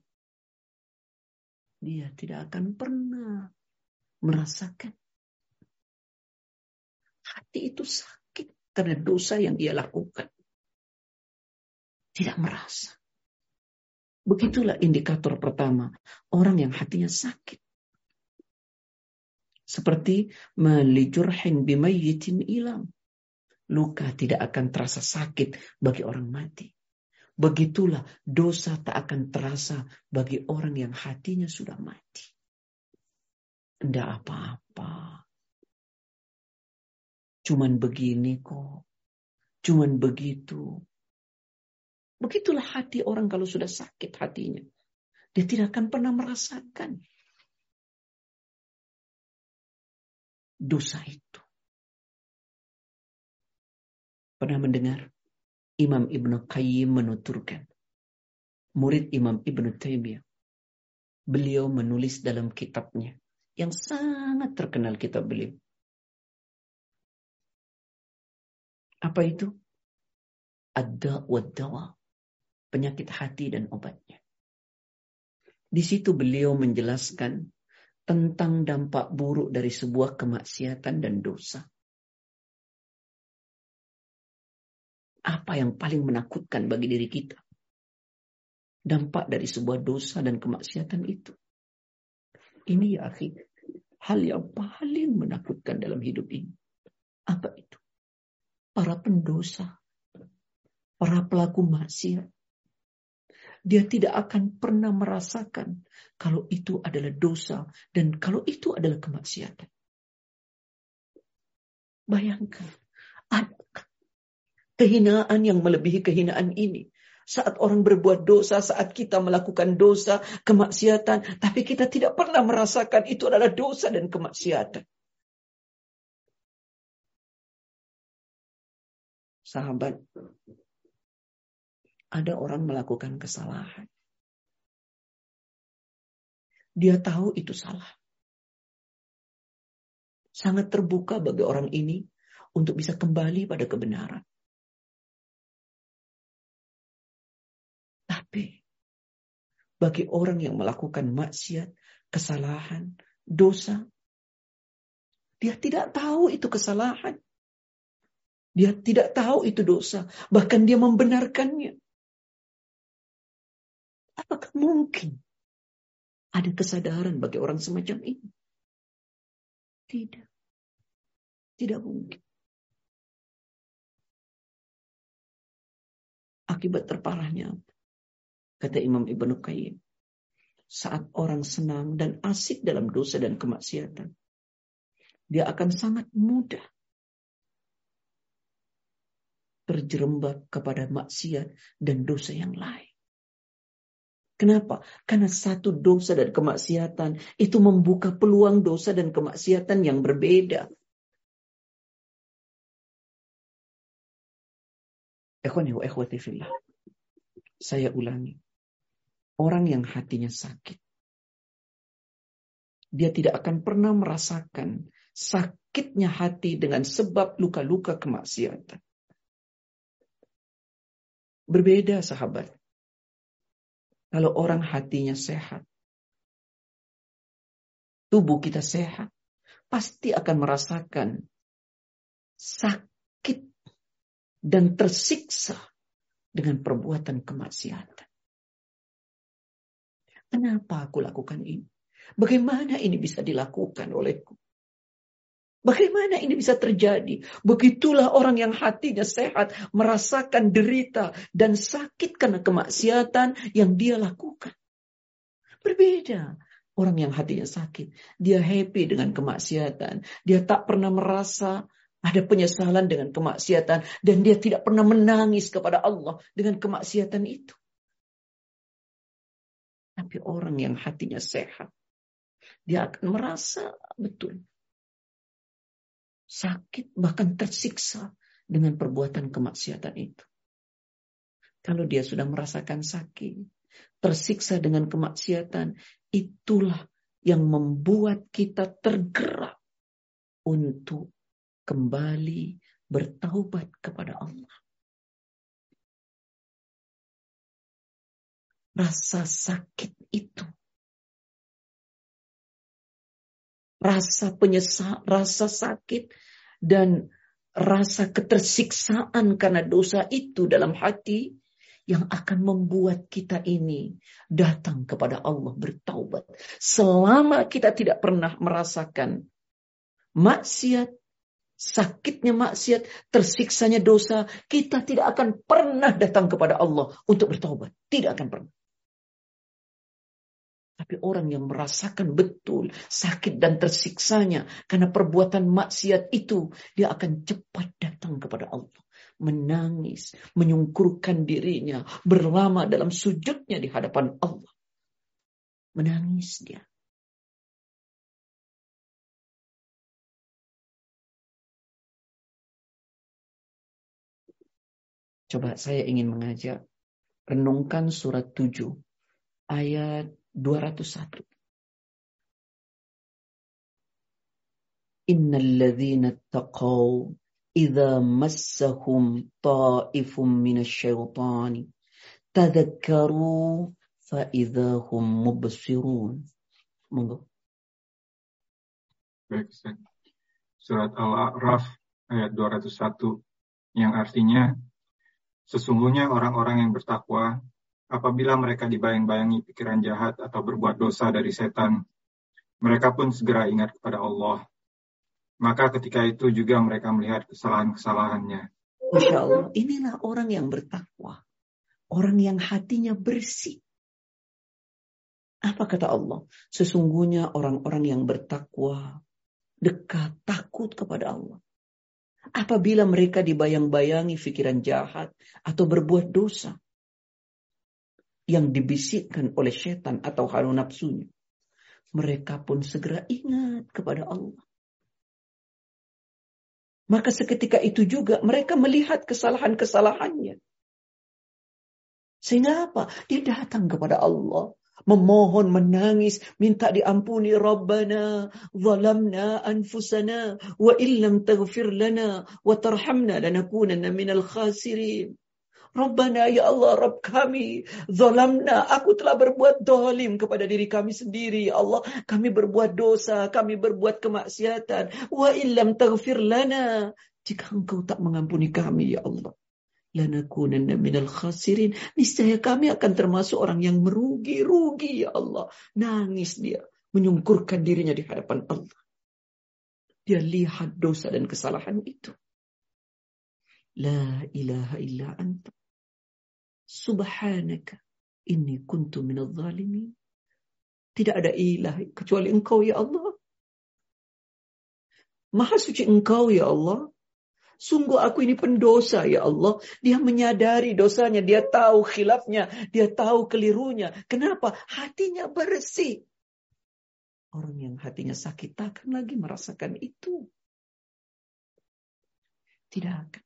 Dia tidak akan pernah merasakan. Hati itu sakit karena dosa yang dia lakukan. Tidak merasa. Begitulah indikator pertama. Orang yang hatinya sakit. Seperti malijurhin bimayyitin ilam. Luka tidak akan terasa sakit bagi orang mati. Begitulah dosa tak akan terasa bagi orang yang hatinya sudah mati. Tidak apa-apa. Cuman begini kok. Cuman begitu. Begitulah hati orang kalau sudah sakit hatinya. Dia tidak akan pernah merasakan dosa itu. Pernah mendengar Imam Ibn Qayyim menuturkan, murid Imam Ibn Taimiyah, beliau menulis dalam kitabnya yang sangat terkenal, kitab beliau. Apa itu? Ad-da' wad-dawa, penyakit hati dan obatnya. Di situ beliau menjelaskan tentang dampak buruk dari sebuah kemaksiatan dan dosa. Apa yang paling menakutkan bagi diri kita? Dampak dari sebuah dosa dan kemaksiatan itu. Ini ya akhi, hal yang paling menakutkan dalam hidup ini. Apa itu? Para pendosa, para pelaku maksiat. Dia tidak akan pernah merasakan kalau itu adalah dosa dan kalau itu adalah kemaksiatan. Bayangkan, ada kehinaan yang melebihi kehinaan ini. Saat orang berbuat dosa, saat kita melakukan dosa, kemaksiatan, tapi kita tidak pernah merasakan itu adalah dosa dan kemaksiatan. Sahabat, ada orang melakukan kesalahan. Dia tahu itu salah. Sangat terbuka bagi orang ini untuk bisa kembali pada kebenaran. Tapi bagi orang yang melakukan maksiat, kesalahan, dosa, dia tidak tahu itu kesalahan. Dia tidak tahu itu dosa. Bahkan dia membenarkannya. Apakah mungkin ada kesadaran bagi orang semacam ini? Tidak. Tidak mungkin. Akibat terparahnya, kata Imam Ibn Qayyim, saat orang senang dan asik dalam dosa dan kemaksiatan, dia akan sangat mudah terjerembab kepada maksiat dan dosa yang lain. Kenapa? Karena satu dosa dan kemaksiatan itu membuka peluang dosa dan kemaksiatan yang berbeda. Ikhwani wa ikhwati fillah. Saya ulangi. Orang yang hatinya sakit, dia tidak akan pernah merasakan sakitnya hati dengan sebab luka-luka kemaksiatan. Berbeda sahabat. Kalau orang hatinya sehat, tubuh kita sehat, pasti akan merasakan sakit dan tersiksa dengan perbuatan kemaksiatan. Kenapa aku lakukan ini? Bagaimana ini bisa dilakukan olehku? Bagaimana ini bisa terjadi? Begitulah orang yang hatinya sehat merasakan derita dan sakit karena kemaksiatan yang dia lakukan. Berbeda. Orang yang hatinya sakit, dia happy dengan kemaksiatan. Dia tak pernah merasa ada penyesalan dengan kemaksiatan. Dan dia tidak pernah menangis kepada Allah dengan kemaksiatan itu. Tapi orang yang hatinya sehat, dia akan merasa betul sakit, bahkan tersiksa dengan perbuatan kemaksiatan itu. Kalau dia sudah merasakan sakit, tersiksa dengan kemaksiatan, itulah yang membuat kita tergerak untuk kembali bertaubat kepada Allah. Rasa sakit itu, rasa penyesal, rasa sakit dan rasa ketersiksaan karena dosa itu dalam hati yang akan membuat kita ini datang kepada Allah bertaubat. Selama kita tidak pernah merasakan maksiat, sakitnya maksiat, tersiksanya dosa, kita tidak akan pernah datang kepada Allah untuk bertaubat. Tidak akan pernah. Tapi orang yang merasakan betul sakit dan tersiksanya karena perbuatan maksiat itu, dia akan cepat datang kepada Allah. Menangis, menyungkurkan dirinya, berlama dalam sujudnya di hadapan Allah. Menangis dia. Coba saya ingin mengajak, renungkan surat 7, ayat 201. Innal ladzina taqaw idza massahum ta'ifum minasyaitani tadzakkaru fa idza hum mubsirun. Monggo. Baik, surat Al-A'raf ayat 201 yang artinya sesungguhnya orang-orang yang bertakwa apabila mereka dibayang-bayangi pikiran jahat atau berbuat dosa dari setan, mereka pun segera ingat kepada Allah. Maka ketika itu juga mereka melihat kesalahan-kesalahannya. Masya Allah, inilah orang yang bertakwa. Orang yang hatinya bersih. Apa kata Allah? Sesungguhnya orang-orang yang bertakwa, dekat, takut kepada Allah. Apabila mereka dibayang-bayangi pikiran jahat atau berbuat dosa yang dibisikkan oleh setan atau hawa nafsunya, mereka pun segera ingat kepada Allah. Maka seketika itu juga mereka melihat kesalahan-kesalahannya. Sehingga apa? Dia datang kepada Allah, memohon, menangis, minta diampuni. Rabbana zalamna anfusana wa illam taghfir lana wa tarhamna lanakunanna minal khasirin. Rabbana, ya Allah, Rabb kami, zalamna, aku telah berbuat zalim kepada diri kami sendiri. Ya Allah, kami berbuat dosa, kami berbuat kemaksiatan. Wa illam taghfir lana, jika engkau tak mengampuni kami, ya Allah, lanakunanna minal khasirin, niscaya kami akan termasuk orang yang merugi, ya Allah. Nangis dia, menyungkurkan dirinya di hadapan Allah. Dia lihat dosa dan kesalahan itu. La ilaha illa anta subhanaka inni kuntu minadh dhalimin. Tidak ada ilah kecuali engkau, ya Allah. Maha suci engkau, ya Allah. Sungguh aku ini pendosa, ya Allah. Dia menyadari dosanya, dia tahu khilafnya, dia tahu kelirunya. Kenapa? Hatinya bersih. Orang yang hatinya sakit takkan lagi merasakan itu. Tidak akan.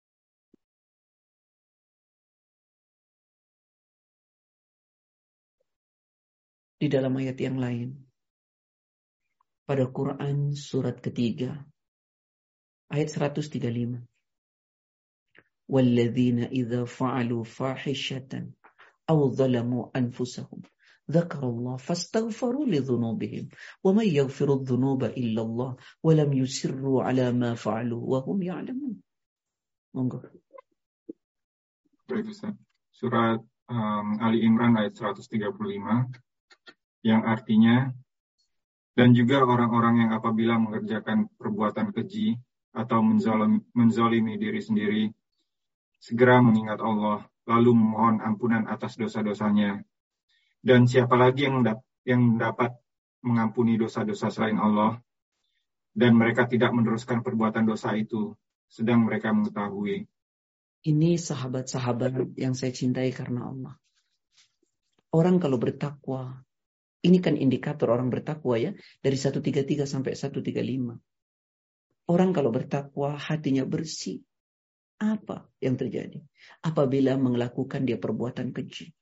Di dalam ayat yang lain, pada Quran surat ketiga, ayat 135. Walladzina idza fa'alu fahishatan aw zalamu anfusahum dzakarallah fastaghfiru lidzunubihim wa may yaghfiru dzunuba illa Allah wa lam yusirru ala ma fa'alu wa hum ya'lamun. Monggo. Surat Ali Imran ayat 135 yang artinya, dan juga orang-orang yang apabila mengerjakan perbuatan keji atau menzalimi diri sendiri, segera mengingat Allah, lalu memohon ampunan atas dosa-dosanya. Dan siapa lagi yang dapat mengampuni dosa-dosa selain Allah, dan mereka tidak meneruskan perbuatan dosa itu, sedang mereka mengetahui. Ini sahabat-sahabat yang saya cintai karena Allah. Orang kalau bertakwa, ini kan indikator orang bertakwa ya, dari 133 sampai 135. Orang kalau bertakwa, hatinya bersih. Apa yang terjadi? Apabila melakukan dia perbuatan keji.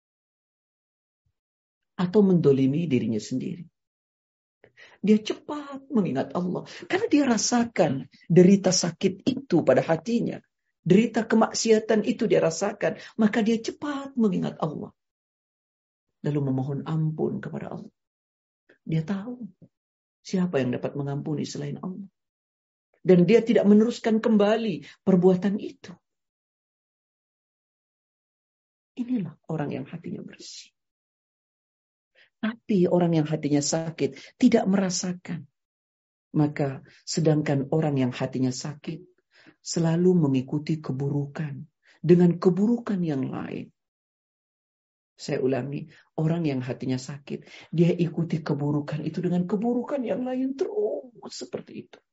Atau mendolimi dirinya sendiri. Dia cepat mengingat Allah. Karena dia rasakan derita sakit itu pada hatinya. Derita kemaksiatan itu dia rasakan. Maka dia cepat mengingat Allah. Lalu memohon ampun kepada Allah. Dia tahu siapa yang dapat mengampuni selain Allah. Dan dia tidak meneruskan kembali perbuatan itu. Inilah orang yang hatinya bersih. Tapi orang yang hatinya sakit tidak merasakan. Maka sedangkan orang yang hatinya sakit selalu mengikuti keburukan dengan keburukan yang lain. Saya ulangi, orang yang hatinya sakit, dia ikuti keburukan itu dengan keburukan yang lain terus seperti itu.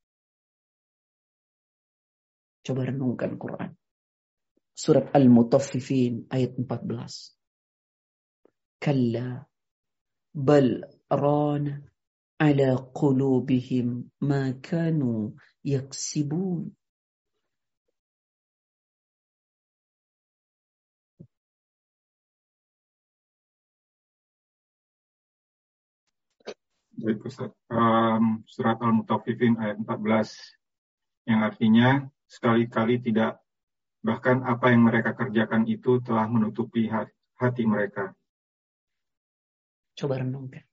Coba renungkan Quran. Surat Al-Mutaffifin ayat 14. Kalla bal rana ala qulubihim ma kanu yaksibun. Baik, Ustaz. Surat Al-Mutaffifin ayat 14 yang artinya sekali-kali tidak, bahkan apa yang mereka kerjakan itu telah menutupi hati mereka. Coba renungkan.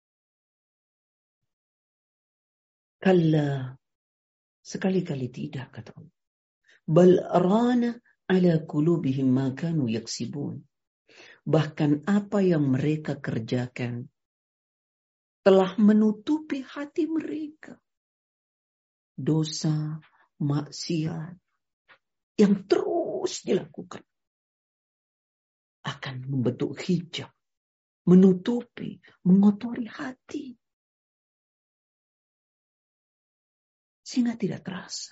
Kalla, sekali-kali tidak, kata Allah. Bal rana ala qulubihim ma kanu yaksibun. Bahkan apa yang mereka kerjakan telah menutupi hati mereka. Dosa, maksiat yang terus dilakukan akan membentuk hijab, menutupi, mengotori hati. Sehingga tidak terasa.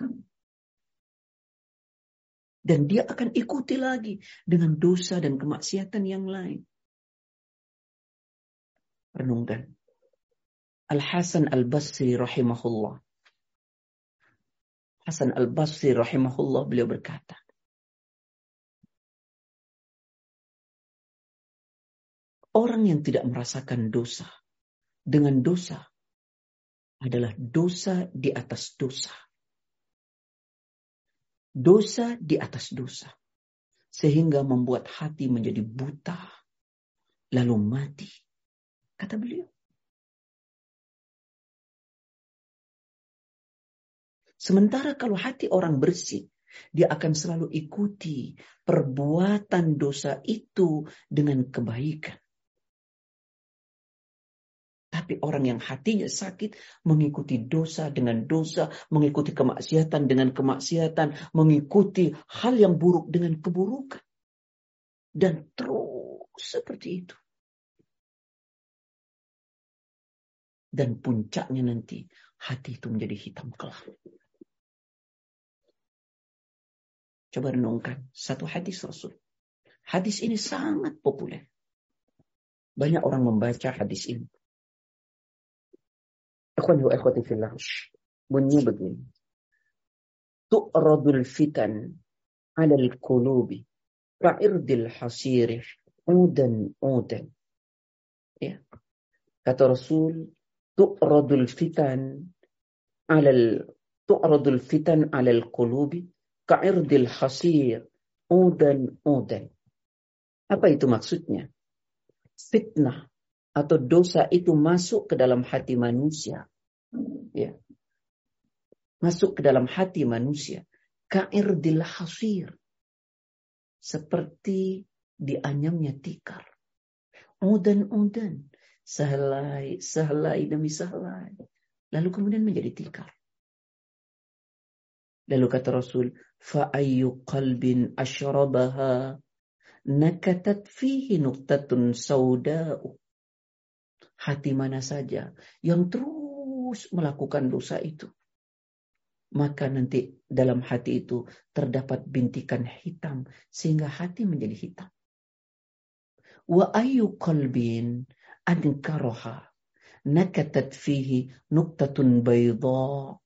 Dan dia akan ikuti lagi dengan dosa dan kemaksiatan yang lain. Renungkan. Al-Hasan Al-Basri rahimahullah. Hasan Al-Basri rahimahullah beliau berkata, orang yang tidak merasakan dosa dengan dosa adalah dosa di atas dosa. Dosa di atas dosa. Sehingga membuat hati menjadi buta. Lalu mati. Kata beliau. Sementara kalau hati orang bersih, dia akan selalu ikuti perbuatan dosa itu dengan kebaikan. Tapi orang yang hatinya sakit mengikuti dosa dengan dosa, mengikuti kemaksiatan dengan kemaksiatan, mengikuti hal yang buruk dengan keburukan. Dan terus seperti itu. Dan puncaknya nanti hati itu menjadi hitam kelam. Coba renungkan satu hadis Rasul. Hadis ini sangat populer. Banyak orang membaca hadis ini. Ikhwani wa ikhwati fillah. Bunyinya begini. Tu'radul fitan 'alal qulubi ka'irdil hasiri udan. Ya. Kata Rasul, tu'radul fitan 'alal qulubi ka'irdil hasir udan. Apa itu maksudnya? Fitnah atau dosa itu masuk ke dalam hati manusia. Ya. Masuk ke dalam hati manusia. Ka'irdil hasir. Seperti dianyamnya tikar. Udan. Sehelai demi sehelai. Lalu kemudian menjadi tikar. Lalu kata Rasul, fa'ayyu qalbin asyrabaha nakatat fihi nuqtatun sauda'u. Hati mana saja yang terus melakukan dosa itu, maka nanti dalam hati itu terdapat bintikan hitam sehingga hati menjadi hitam. Wa ayu qalbin ankaraha nakatat fihi nuqtatun bayda.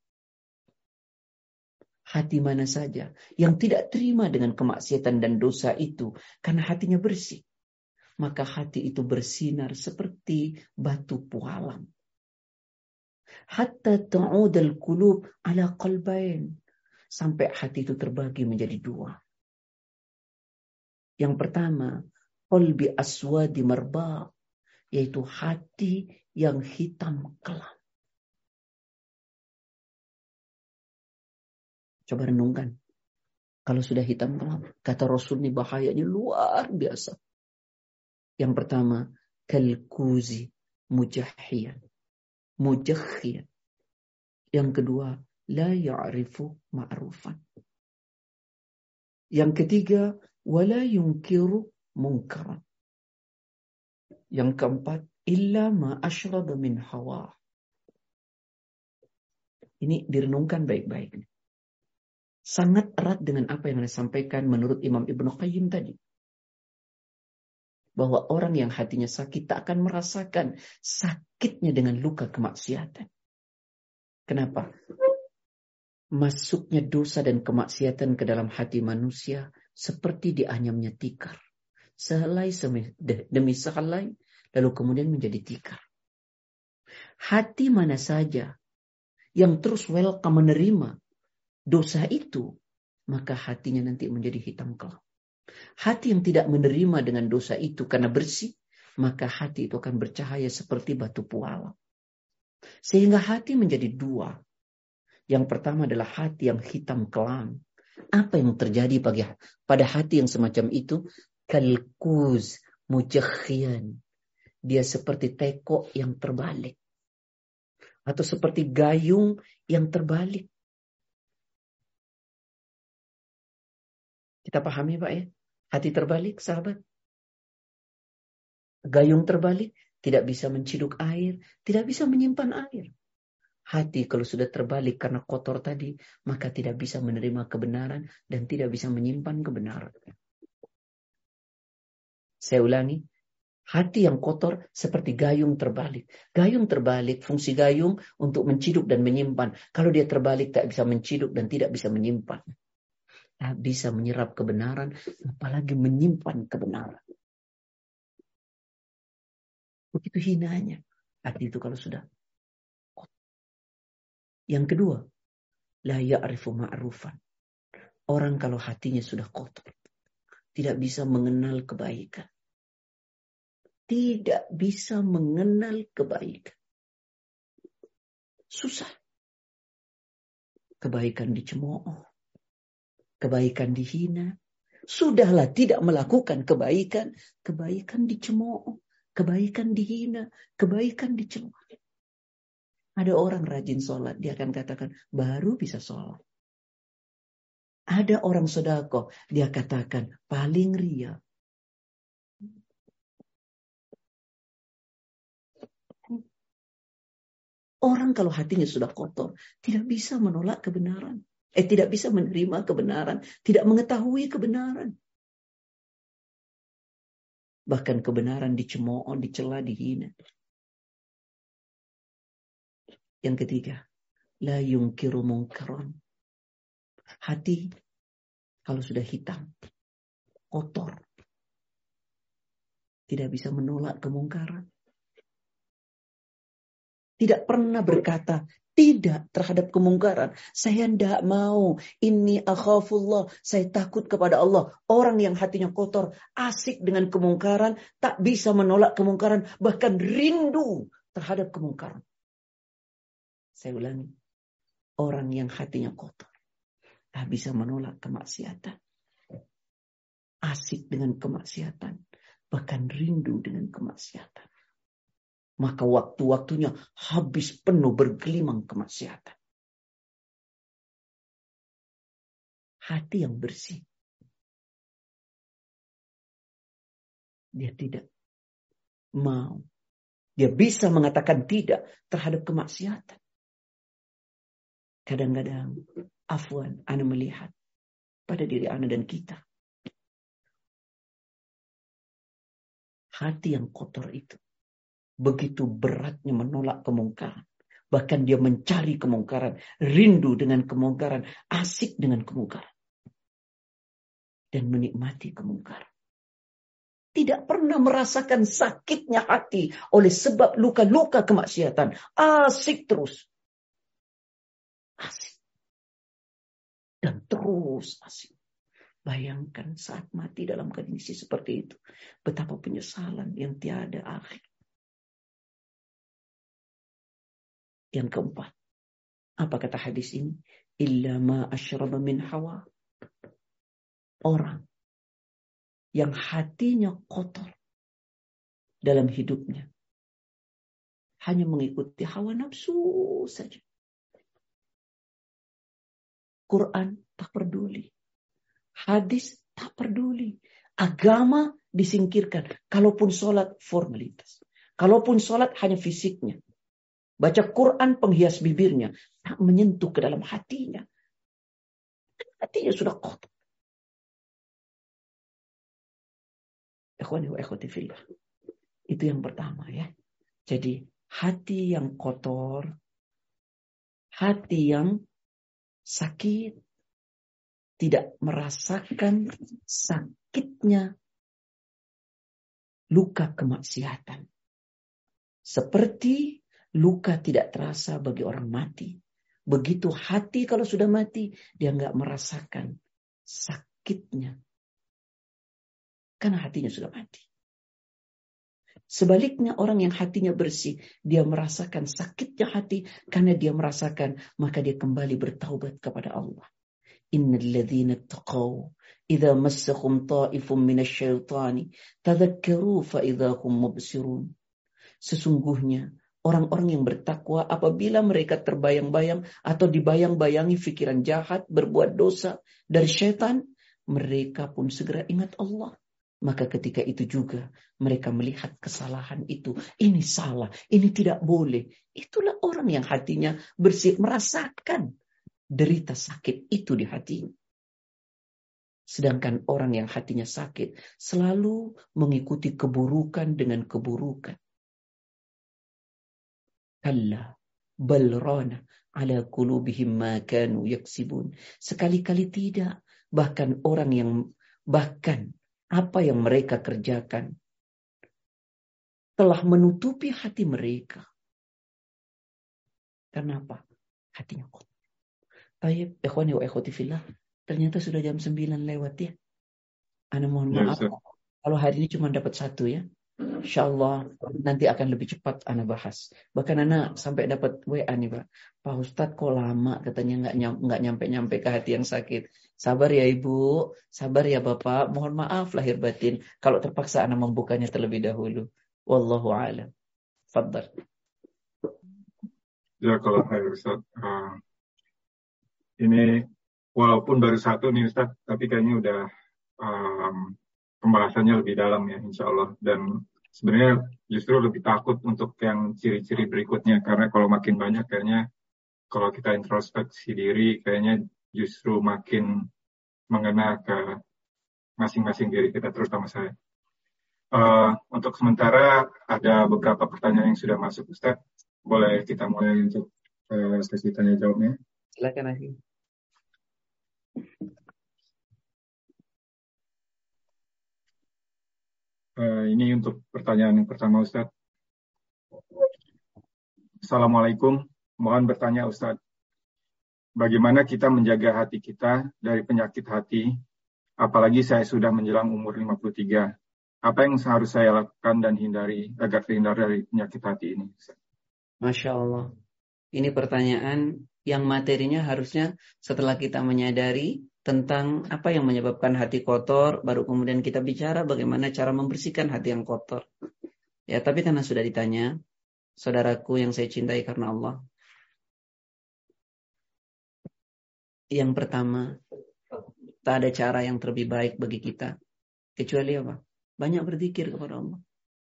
Hati mana saja yang tidak terima dengan kemaksiatan dan dosa itu karena hatinya bersih, maka hati itu bersinar seperti batu pualam. Hatta ta'udal qulub ala qalbain, sampai hati itu terbagi menjadi dua. Yang pertama, qalbi aswadi marba, yaitu hati yang hitam kelam. Coba renungkan. Kalau sudah hitam kelam, kata Rasul ini bahayanya luar biasa. Yang pertama, kalkuzi mujahhiyan. Mujahhiyan. Yang kedua, la ya'rifu ma'rufan. Yang ketiga, wala yunkiru munkaran. Yang keempat, illa ma ashraba min hawa. Ini direnungkan baik-baik. Sangat erat dengan apa yang disampaikan menurut Imam Ibnu Qayyim tadi. Bahwa orang yang hatinya sakit tak akan merasakan sakitnya dengan luka kemaksiatan. Kenapa? Masuknya dosa dan kemaksiatan ke dalam hati manusia seperti dianyamnya tikar. Sehelai demi sehelai, lalu kemudian menjadi tikar. Hati mana saja yang terus welcome menerima dosa itu, maka hatinya nanti menjadi hitam kelam. Hati yang tidak menerima dengan dosa itu karena bersih, maka hati itu akan bercahaya seperti batu pualam. Sehingga hati menjadi dua. Yang pertama adalah hati yang hitam kelam. Apa yang terjadi pada hati yang semacam itu? Kalkuz mujahhiyan. Dia seperti teko yang terbalik. Atau seperti gayung yang terbalik. Kita pahami Pak ya? Hati terbalik sahabat. Gayung terbalik tidak bisa menciduk air. Tidak bisa menyimpan air. Hati kalau sudah terbalik karena kotor tadi, maka tidak bisa menerima kebenaran dan tidak bisa menyimpan kebenaran. Saya ulangi, hati yang kotor seperti gayung terbalik. Gayung terbalik, fungsi gayung untuk menciduk dan menyimpan. Kalau dia terbalik tak bisa menciduk dan tidak bisa menyimpan. Tak bisa menyerap kebenaran, apalagi menyimpan kebenaran. Begitu hinanya hati itu kalau sudah. Yang kedua, la ya'rifu ma'rufan. Orang kalau hatinya sudah kotor, tidak bisa mengenal kebaikan. Tidak bisa mengenal kebaikan. Susah. Kebaikan dicemooh. Kebaikan dihina. Sudahlah tidak melakukan kebaikan. Kebaikan dicemooh. Kebaikan dihina. Kebaikan dicemooh. Ada orang rajin sholat, dia akan katakan, baru bisa sholat. Ada orang sedekah, dia katakan, paling ria. Orang kalau hatinya sudah kotor, tidak bisa menolak kebenaran. Tidak bisa menerima kebenaran, tidak mengetahui kebenaran. Bahkan kebenaran dicemooh, dicela, dihina. Yang ketiga, la yungkiru munkaran. Hati kalau sudah hitam, kotor, tidak bisa menolak kemungkaran. Tidak pernah berkata tidak terhadap kemungkaran. Saya tidak mau. Inni akhafullah. Saya takut kepada Allah. Orang yang hatinya kotor, asik dengan kemungkaran, tak bisa menolak kemungkaran, bahkan rindu terhadap kemungkaran. Saya ulangi. Orang yang hatinya kotor, tak bisa menolak kemaksiatan. Asik dengan kemaksiatan, bahkan rindu dengan kemaksiatan. Maka waktu-waktunya habis penuh bergelimang kemaksiatan. Hati yang bersih. Dia tidak mau. Dia bisa mengatakan tidak terhadap kemaksiatan. Kadang-kadang, afwan, ana melihat pada diri ana dan kita. Hati yang kotor itu begitu beratnya menolak kemungkaran. Bahkan dia mencari kemungkaran, rindu dengan kemungkaran, asik dengan kemungkaran. Dan menikmati kemungkaran. Tidak pernah merasakan sakitnya hati oleh sebab luka-luka kemaksiatan. Asik terus. Asik. Dan terus asik. Bayangkan saat mati dalam kondisi seperti itu. Betapa penyesalan yang tiada akhir. Yang keempat. Apa kata hadis ini? Illa ma asyraba min hawa. Orang yang hatinya kotor dalam hidupnya. Hanya mengikuti hawa nafsu saja. Quran tak peduli. Hadis tak peduli. Agama disingkirkan. Kalaupun sholat formalitas. Kalaupun sholat hanya fisiknya. Baca Quran penghias bibirnya. Tak menyentuh ke dalam hatinya. Hatinya sudah kotor. Ikhwani wa ikhwati fillah. Itu yang pertama ya. Jadi hati yang kotor. Hati yang sakit. Tidak merasakan sakitnya luka kemaksiatan. Seperti luka tidak terasa bagi orang mati. Begitu hati kalau sudah mati, dia nggak merasakan sakitnya. Karena hatinya sudah mati. Sebaliknya orang yang hatinya bersih, dia merasakan sakitnya hati karena dia merasakan, maka dia kembali bertaubat kepada Allah. Innal ladzina taqaw idza massahum ta'ifun minasyaitani tadhakkaru fa idza hum mubsirun. Sesungguhnya orang-orang yang bertakwa apabila mereka terbayang-bayang atau dibayang-bayangi pikiran jahat, berbuat dosa dari syaitan, mereka pun segera ingat Allah. Maka ketika itu juga mereka melihat kesalahan itu. Ini salah, ini tidak boleh. Itulah orang yang hatinya bersih, merasakan derita sakit itu di hatinya. Sedangkan orang yang hatinya sakit selalu mengikuti keburukan dengan keburukan. Kalla bal rana ala qulubihim ma kanu yaksibun. Sekali-kali tidak. Bahkan apa yang mereka kerjakan telah menutupi hati mereka. Kenapa? Hatinya kotor. Baik, ikhwani wa ikhwati fillah. Ternyata sudah jam 9 lewat ya. Ana mohon maaf. Kalau hari ini cuma dapat 1 ya. InsyaAllah nanti akan lebih cepat Ana bahas. Bahkan Ana sampai dapat WA nih Pak. Pak Ustadz kok lama katanya nggak nyampe-nyampe ke hati yang sakit. Sabar ya Ibu. Sabar ya Bapak. Mohon maaf lahir batin. Kalau terpaksa Ana membukanya terlebih dahulu. Wallahu a'lam. Fadhal. Ya kalau Ustaz. Ini walaupun baru 1 nih Ustaz, tapi kayaknya udah pembahasannya lebih dalam ya insya Allah. Dan sebenarnya justru lebih takut untuk yang ciri-ciri berikutnya. Karena kalau makin banyak kayaknya kalau kita introspeksi diri kayaknya justru makin mengena ke masing-masing diri kita, terutama saya. Untuk sementara ada beberapa pertanyaan yang sudah masuk Ustaz. Boleh kita mulai untuk sesi tanya jawabnya. Silakan Afi. Ini untuk pertanyaan yang pertama Ustaz. Assalamualaikum, mohon bertanya Ustaz. Bagaimana kita menjaga hati kita dari penyakit hati, apalagi saya sudah menjelang umur 53. Apa yang harus saya lakukan dan hindari agar terhindar dari penyakit hati ini? Masya Allah. Ini pertanyaan yang materinya harusnya setelah kita menyadari tentang apa yang menyebabkan hati kotor, baru kemudian kita bicara bagaimana cara membersihkan hati yang kotor. Ya, tapi karena sudah ditanya, saudaraku yang saya cintai karena Allah. Yang pertama, tak ada cara yang lebih baik bagi kita kecuali apa? Banyak berzikir kepada Allah.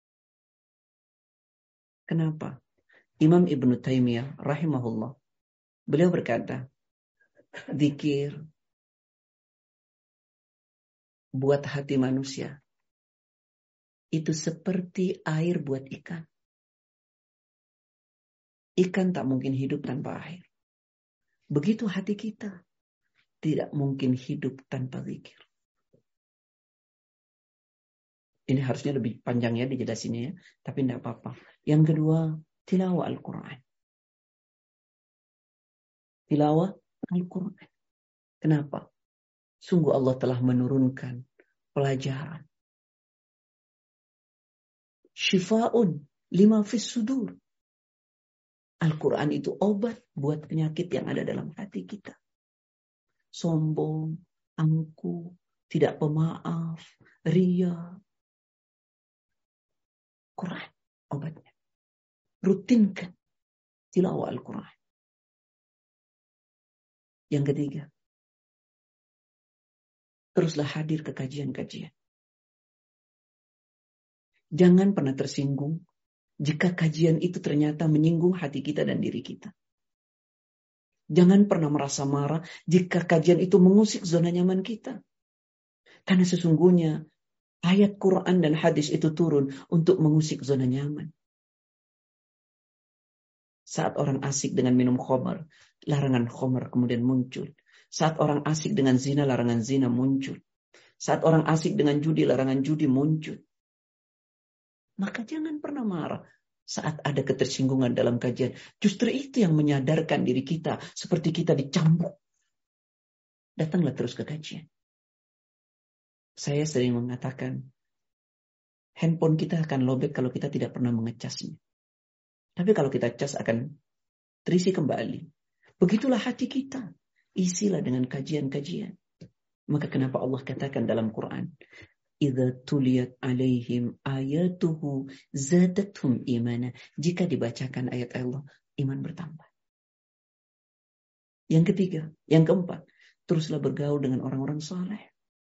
Kenapa? Imam Ibn Taymiyah rahimahullah, beliau berkata, zikir buat hati manusia itu seperti air buat ikan. Ikan tak mungkin hidup tanpa air. Begitu hati kita tidak mungkin hidup tanpa zikir. Ini harusnya lebih panjang ya dijelasinnya ya, tapi tidak apa-apa. Yang kedua, tilawah Al-Quran. Tilawah Al-Quran. Kenapa? Sungguh Allah telah menurunkan pelajaran. Syifa'un lima fis sudur. Al-Quran itu obat buat penyakit yang ada dalam hati kita. Sombong, angkuh, tidak pemaaf, ria. Quran, obatnya. Rutinkan tilawah Al-Quran. Yang ketiga, teruslah hadir ke kajian-kajian. Jangan pernah tersinggung jika kajian itu ternyata menyinggung hati kita dan diri kita. Jangan pernah merasa marah jika kajian itu mengusik zona nyaman kita. Karena sesungguhnya ayat Quran dan hadis itu turun untuk mengusik zona nyaman. Saat orang asik dengan minum khamar, larangan khamar kemudian muncul. Saat orang asik dengan zina, larangan zina muncul. Saat orang asik dengan judi, larangan judi muncul. Maka jangan pernah marah saat ada ketersinggungan dalam kajian. Justru itu yang menyadarkan diri kita seperti kita dicambuk. Datanglah terus ke kajian. Saya sering mengatakan, handphone kita akan lobet kalau kita tidak pernah mengecasnya. Tapi kalau kita cas akan terisi kembali. Begitulah hati kita. Isilah dengan kajian-kajian. Maka kenapa Allah katakan dalam Quran, idza tuliyat alaihim ayatuhu zadatuhum imana. Jika dibacakan ayat Allah, iman bertambah. Yang ketiga, yang keempat, teruslah bergaul dengan orang-orang saleh.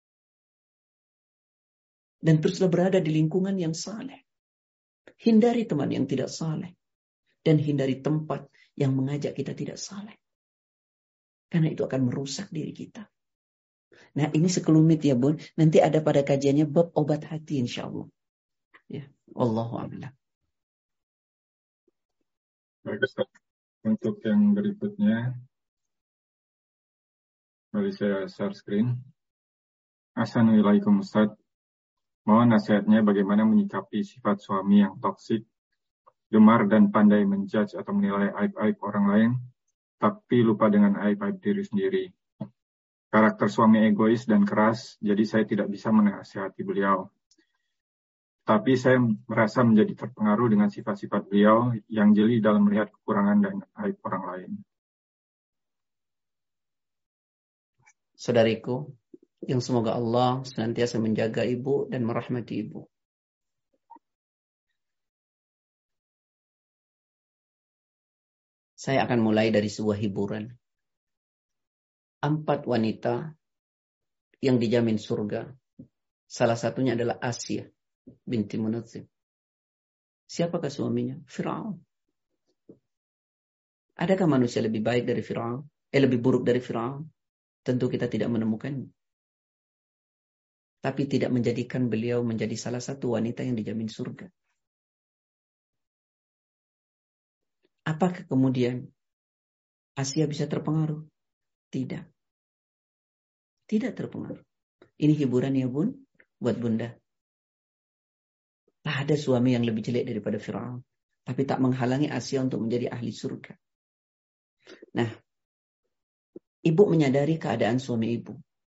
Dan teruslah berada di lingkungan yang saleh. Hindari teman yang tidak saleh. Dan hindari tempat yang mengajak kita tidak saleh. Karena itu akan merusak diri kita. Nah ini sekelumit ya Bun. Nanti ada pada kajiannya bab obat hati insya Allah. Ya, Wallahu a'lam. Baik Ustaz. Untuk yang berikutnya, mari saya share screen. Assalamualaikum Ustaz. Mohon nasihatnya bagaimana menyikapi sifat suami yang toksik, gemar dan pandai menjudge atau menilai aib-aib orang lain, tapi lupa dengan aib-aib diri sendiri. Karakter suami egois dan keras, jadi saya tidak bisa menasihati beliau. Tapi saya merasa menjadi terpengaruh dengan sifat-sifat beliau yang jeli dalam melihat kekurangan dan aib orang lain. Saudariku, yang semoga Allah senantiasa menjaga ibu dan merahmati ibu. Saya akan mulai dari sebuah hiburan. 4 wanita yang dijamin surga. Salah satunya adalah Asia binti Munazzim. Siapakah suaminya? Fir'aun. Adakah manusia lebih baik dari Fir'aun? Lebih buruk dari Fir'aun? Tentu kita tidak menemukannya. Tapi tidak menjadikan beliau menjadi salah satu wanita yang dijamin surga. Apakah kemudian Asia bisa terpengaruh? Tidak. Tidak terpengaruh. Ini hiburan ya Bun, buat Bunda. Tak ada suami yang lebih jelek daripada Fir'aun. Tapi tak menghalangi Asia untuk menjadi ahli surga. Nah, ibu menyadari keadaan suami ibu.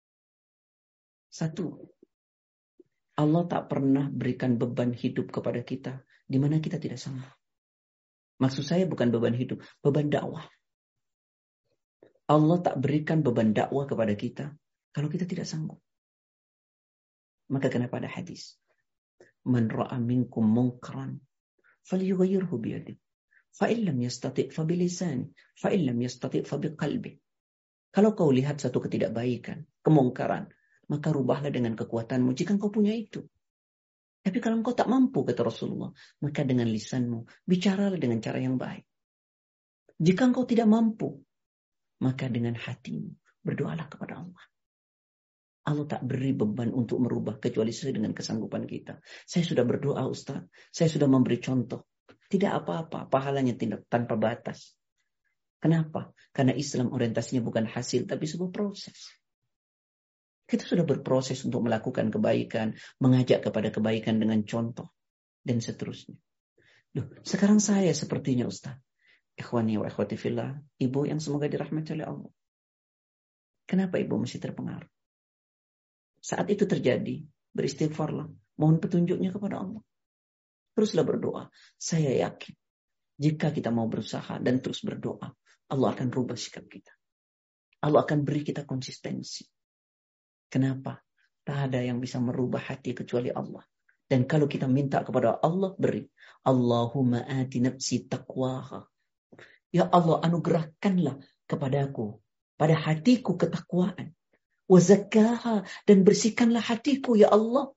1, Allah tak pernah berikan beban hidup kepada kita di mana kita tidak sanggup. Maksud saya bukan beban hidup, beban dakwah. Allah tak berikan beban dakwah kepada kita kalau kita tidak sanggup. Maka kenapa ada hadis? Man ra'a minkum munkaran falyughayyirhu biyadihi. Fa in lam yastati' fa bilisani, fa in lam yastati' fa biqalbi. Kalau kau lihat satu ketidakbaikan, kemungkaran, maka rubahlah dengan kekuatanmu jika engkau punya itu. Tapi kalau engkau tak mampu, kata Rasulullah, maka dengan lisanmu, bicaralah dengan cara yang baik. Jika engkau tidak mampu, maka dengan hatimu, berdoalah kepada Allah. Allah tak beri beban untuk merubah kecuali sesuai dengan kesanggupan kita. Saya sudah berdoa Ustaz, saya sudah memberi contoh. Tidak apa-apa, pahalanya tidak tanpa batas. Kenapa? Karena Islam orientasinya bukan hasil, tapi sebuah proses. Kita sudah berproses untuk melakukan kebaikan, mengajak kepada kebaikan dengan contoh, dan seterusnya. Loh, sekarang saya sepertinya Ustaz. Ikhwani wa ikhwati fillah, ibu yang semoga dirahmati oleh Allah. Kenapa ibu mesti terpengaruh? Saat itu terjadi, beristighfarlah, mohon petunjuknya kepada Allah. Teruslah berdoa. Saya yakin, jika kita mau berusaha dan terus berdoa, Allah akan rubah sikap kita. Allah akan beri kita konsistensi. Kenapa? Tak ada yang bisa merubah hati kecuali Allah. Dan kalau kita minta kepada Allah, beri. Allahumma ati nafsi taqwaha. Ya Allah, anugerahkanlah kepadaku, pada hatiku ketakwaan. Wa zakkaha, dan bersihkanlah hatiku ya Allah.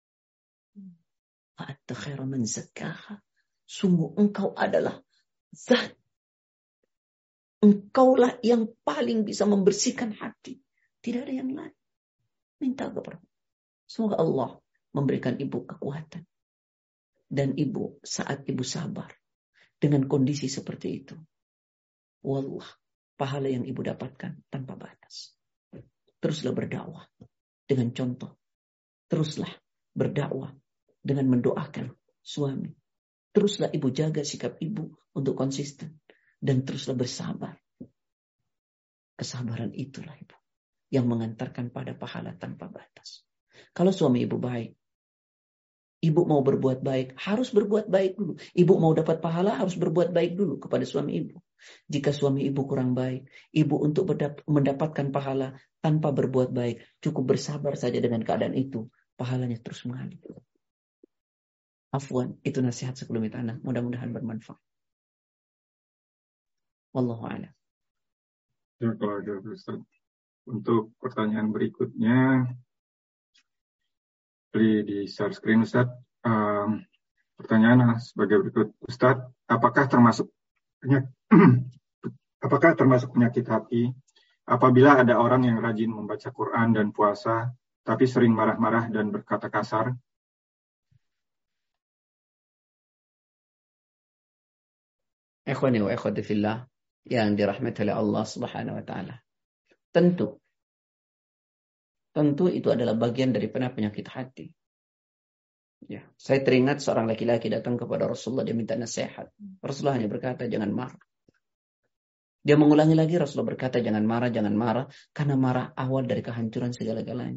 Anta khairu man zakkaha. Sungguh engkau adalah zat. Engkaulah yang paling bisa membersihkan hati. Tidak ada yang lain. Minta kepada Allah. Semoga Allah memberikan ibu kekuatan. Dan ibu, saat ibu sabar dengan kondisi seperti itu, wallah, pahala yang ibu dapatkan tanpa batas. Teruslah berdakwah dengan contoh. Teruslah berdakwah dengan mendoakan suami. Teruslah ibu jaga sikap ibu untuk konsisten. Dan teruslah bersabar. Kesabaran itulah ibu yang mengantarkan pada pahala tanpa batas. Kalau suami ibu baik, ibu mau berbuat baik, harus berbuat baik dulu. Ibu mau dapat pahala, harus berbuat baik dulu kepada suami ibu. Jika suami ibu kurang baik, ibu untuk mendapatkan pahala tanpa berbuat baik, cukup bersabar saja dengan keadaan itu. Pahalanya terus mengalir. Afwan, itu nasihat sekelumit anak. Mudah-mudahan bermanfaat. Wallahu a'lam. Ya, kalau ada Ustaz. Untuk pertanyaan berikutnya, di share screen Ustaz. Pertanyaan sebagai berikut. Ustaz, apakah termasuk penyakit hati apabila ada orang yang rajin membaca Quran dan puasa, tapi sering marah-marah dan berkata kasar? Ikhwani wa ikhwati fillah yang dirahmati oleh Allah Subhanahu wa taala. Tentu itu adalah bagian daripada penyakit hati. Ya, saya teringat seorang laki-laki datang kepada Rasulullah, dia minta nasihat. Rasulullah hanya berkata, jangan marah. Dia mengulangi lagi, Rasulullah berkata, jangan marah, karena marah awal dari kehancuran segala-galanya.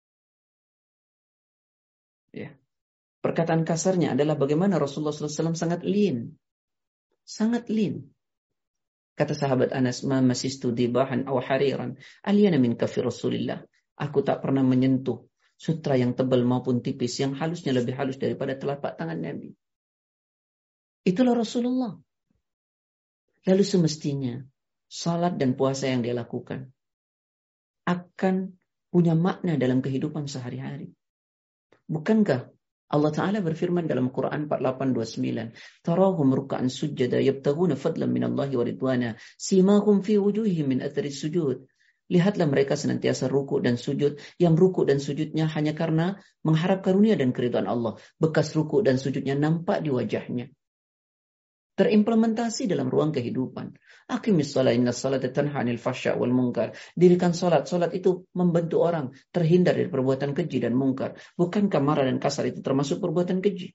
Ya. Perkataan kasarnya adalah bagaimana Rasulullah SAW sangat lean. Sangat lean. Kata sahabat Anas, ma masistu dibahan aw hariran aliyana min kafi Rasulillah. Aku tak pernah menyentuh sutra yang tebal maupun tipis yang halusnya lebih halus daripada telapak tangan Nabi. Itulah Rasulullah. Lalu semestinya salat dan puasa yang dia lakukan akan punya makna dalam kehidupan sehari-hari. Bukankah Allah Ta'ala berfirman dalam Quran 48:29, tarahum ruk'an sujjada yabtaguna fadlan minallahi wa ridwana simahum fi wujuhihim min athari sujud. Lihatlah mereka senantiasa ruku' dan sujud, yang ruku' dan sujudnya hanya karena mengharap karunia dan keridhaan Allah. Bekas ruku' dan sujudnya nampak di wajahnya. Terimplementasi dalam ruang kehidupan. Aqimis shalah innas salata tanha 'anil fahsya' wal munkar. Dirikan salat. Salat itu membantu orang terhindar dari perbuatan keji dan mungkar. Bukankah marah dan kasar itu termasuk perbuatan keji?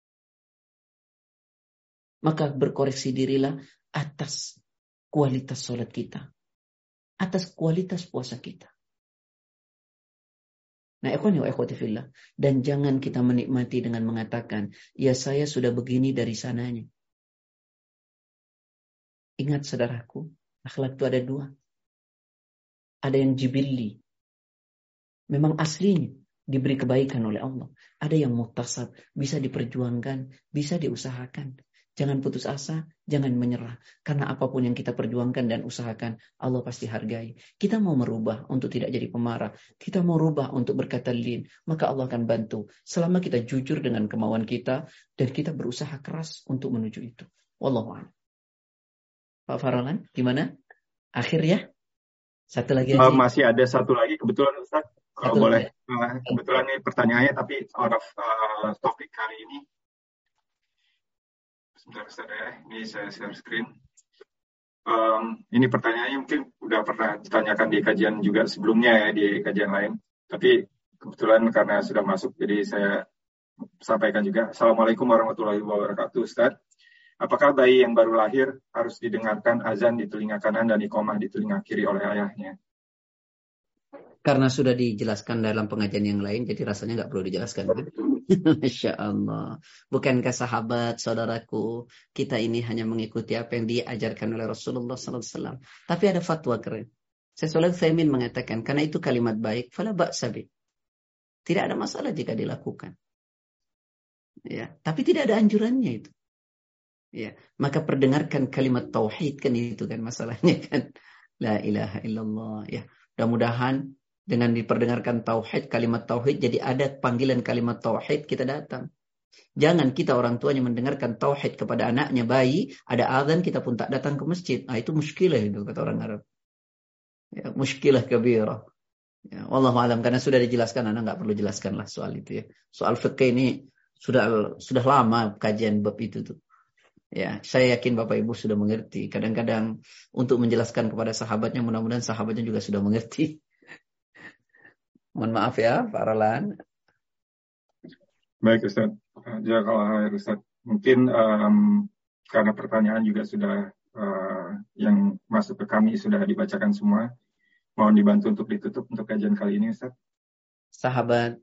Maka berkoreksi dirilah atas kualitas salat kita. Atas kualitas puasa kita. Nah, ikhwani wa ikhwati fillah. Dan jangan kita menikmati dengan mengatakan, ya saya sudah begini dari sananya. Ingat saudaraku, akhlak itu ada dua. Ada yang jibilli. Memang aslinya diberi kebaikan oleh Allah. Ada yang muktasab, bisa diperjuangkan, bisa diusahakan. Jangan putus asa, jangan menyerah. Karena apapun yang kita perjuangkan dan usahakan, Allah pasti hargai. Kita mau merubah untuk tidak jadi pemarah. Kita mau rubah untuk berkata lin. Maka Allah akan bantu. Selama kita jujur dengan kemauan kita, dan kita berusaha keras untuk menuju itu. Wallahu a'lam. Pak Farolan, gimana? Akhir ya? Satu lagi aja. Masih ada satu lagi kebetulan Ustaz. Kalau Betul, boleh, ya. kebetulan ini pertanyaannya tapi out of topik kali ini. Sebentar ya, ini saya share screen. Ini pertanyaannya mungkin udah pernah ditanyakan di kajian juga sebelumnya ya, di kajian lain. Tapi kebetulan karena sudah masuk, jadi saya sampaikan juga. Assalamualaikum warahmatullahi wabarakatuh, Ustaz. Apakah bayi yang baru lahir harus didengarkan azan di telinga kanan dan iqamah di telinga kiri oleh ayahnya? Karena sudah dijelaskan dalam pengajian yang lain, jadi rasanya nggak perlu dijelaskan, kan? Masya Allah. Bukankah sahabat, saudaraku, kita ini hanya mengikuti apa yang diajarkan oleh Rasulullah SAW. Tapi ada fatwa keren. Syekh Shalih Utsaimin mengatakan, karena itu kalimat baik, fala ba'sa bih. Tidak ada masalah jika dilakukan. Ya, tapi tidak ada anjurannya itu. Ya, maka perdengarkan kalimat tauhid, kan itu kan masalahnya, kan. La ilaha illallah. Ya, mudah-mudahan dengan diperdengarkan tauhid, kalimat tauhid, jadi ada panggilan kalimat tauhid, kita datang. Jangan kita orang tuanya mendengarkan tauhid kepada anaknya bayi, ada azan kita pun tak datang ke masjid. Nah, itu muskilah itu kata orang Arab. Ya, muskilah kabirah. Ya, wallahu alam, karena sudah dijelaskan, anak nggak perlu jelaskan lah soal itu ya. Soal fikih ini sudah lama kajian bab itu tuh. Ya, saya yakin Bapak Ibu sudah mengerti. Kadang-kadang untuk menjelaskan kepada sahabatnya, mudah-mudahan sahabatnya juga sudah mengerti. Mohon maaf ya, Pak Roland. Baik, Ustaz. Jazakallah khair, Ustaz. Mungkin karena pertanyaan juga sudah yang masuk ke kami sudah dibacakan semua. Mohon dibantu untuk ditutup untuk kajian kali ini, Ustaz. Sahabat,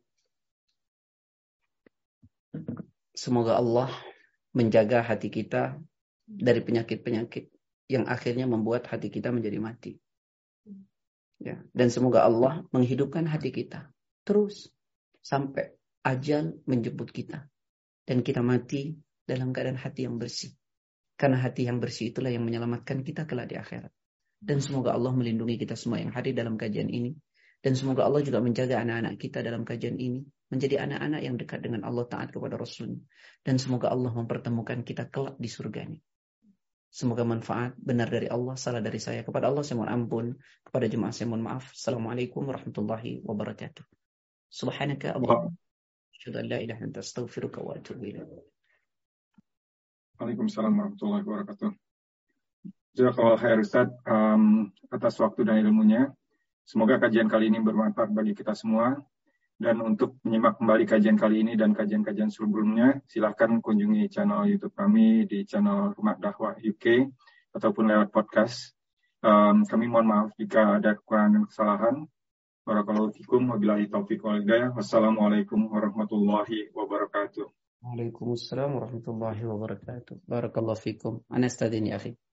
semoga Allah menjaga hati kita dari penyakit-penyakit yang akhirnya membuat hati kita menjadi mati. Ya, dan semoga Allah menghidupkan hati kita terus sampai ajal menjemput kita dan kita mati dalam keadaan hati yang bersih. Karena hati yang bersih itulah yang menyelamatkan kita kelak di akhirat. Dan semoga Allah melindungi kita semua yang hadir dalam kajian ini. Dan semoga Allah juga menjaga anak-anak kita dalam kajian ini menjadi anak-anak yang dekat dengan Allah, taat kepada Rasul. Dan semoga Allah mempertemukan kita kelak di surganya. Semoga manfaat, benar dari Allah, salah dari saya. Kepada Allah saya mohon ampun, kepada jemaah saya mohon maaf. Assalamualaikum warahmatullahi wabarakatuh. Subhanaka Allahumma asyhadu an la ilaha illa anta astaghfiruka wa atubu ilaik. Waalaikumsalam warahmatullahi wabarakatuh. Jazakallah khair, Ustaz, atas waktu dan ilmunya. Semoga kajian kali ini bermanfaat bagi kita semua. Dan untuk menyimak kembali kajian kali ini dan kajian-kajian sebelumnya, silahkan kunjungi channel YouTube kami di channel Rumah Dakwah UK ataupun lewat podcast. Kami mohon maaf jika ada kekurangan dan kesalahan. Barakallahu fikum, wabillahi taufiq wal hidayah. Wassalamualaikum warahmatullahi wabarakatuh. Waalaikumsalam warahmatullahi wabarakatuh. Barakallahu fikum. Ana astadin ya akhi.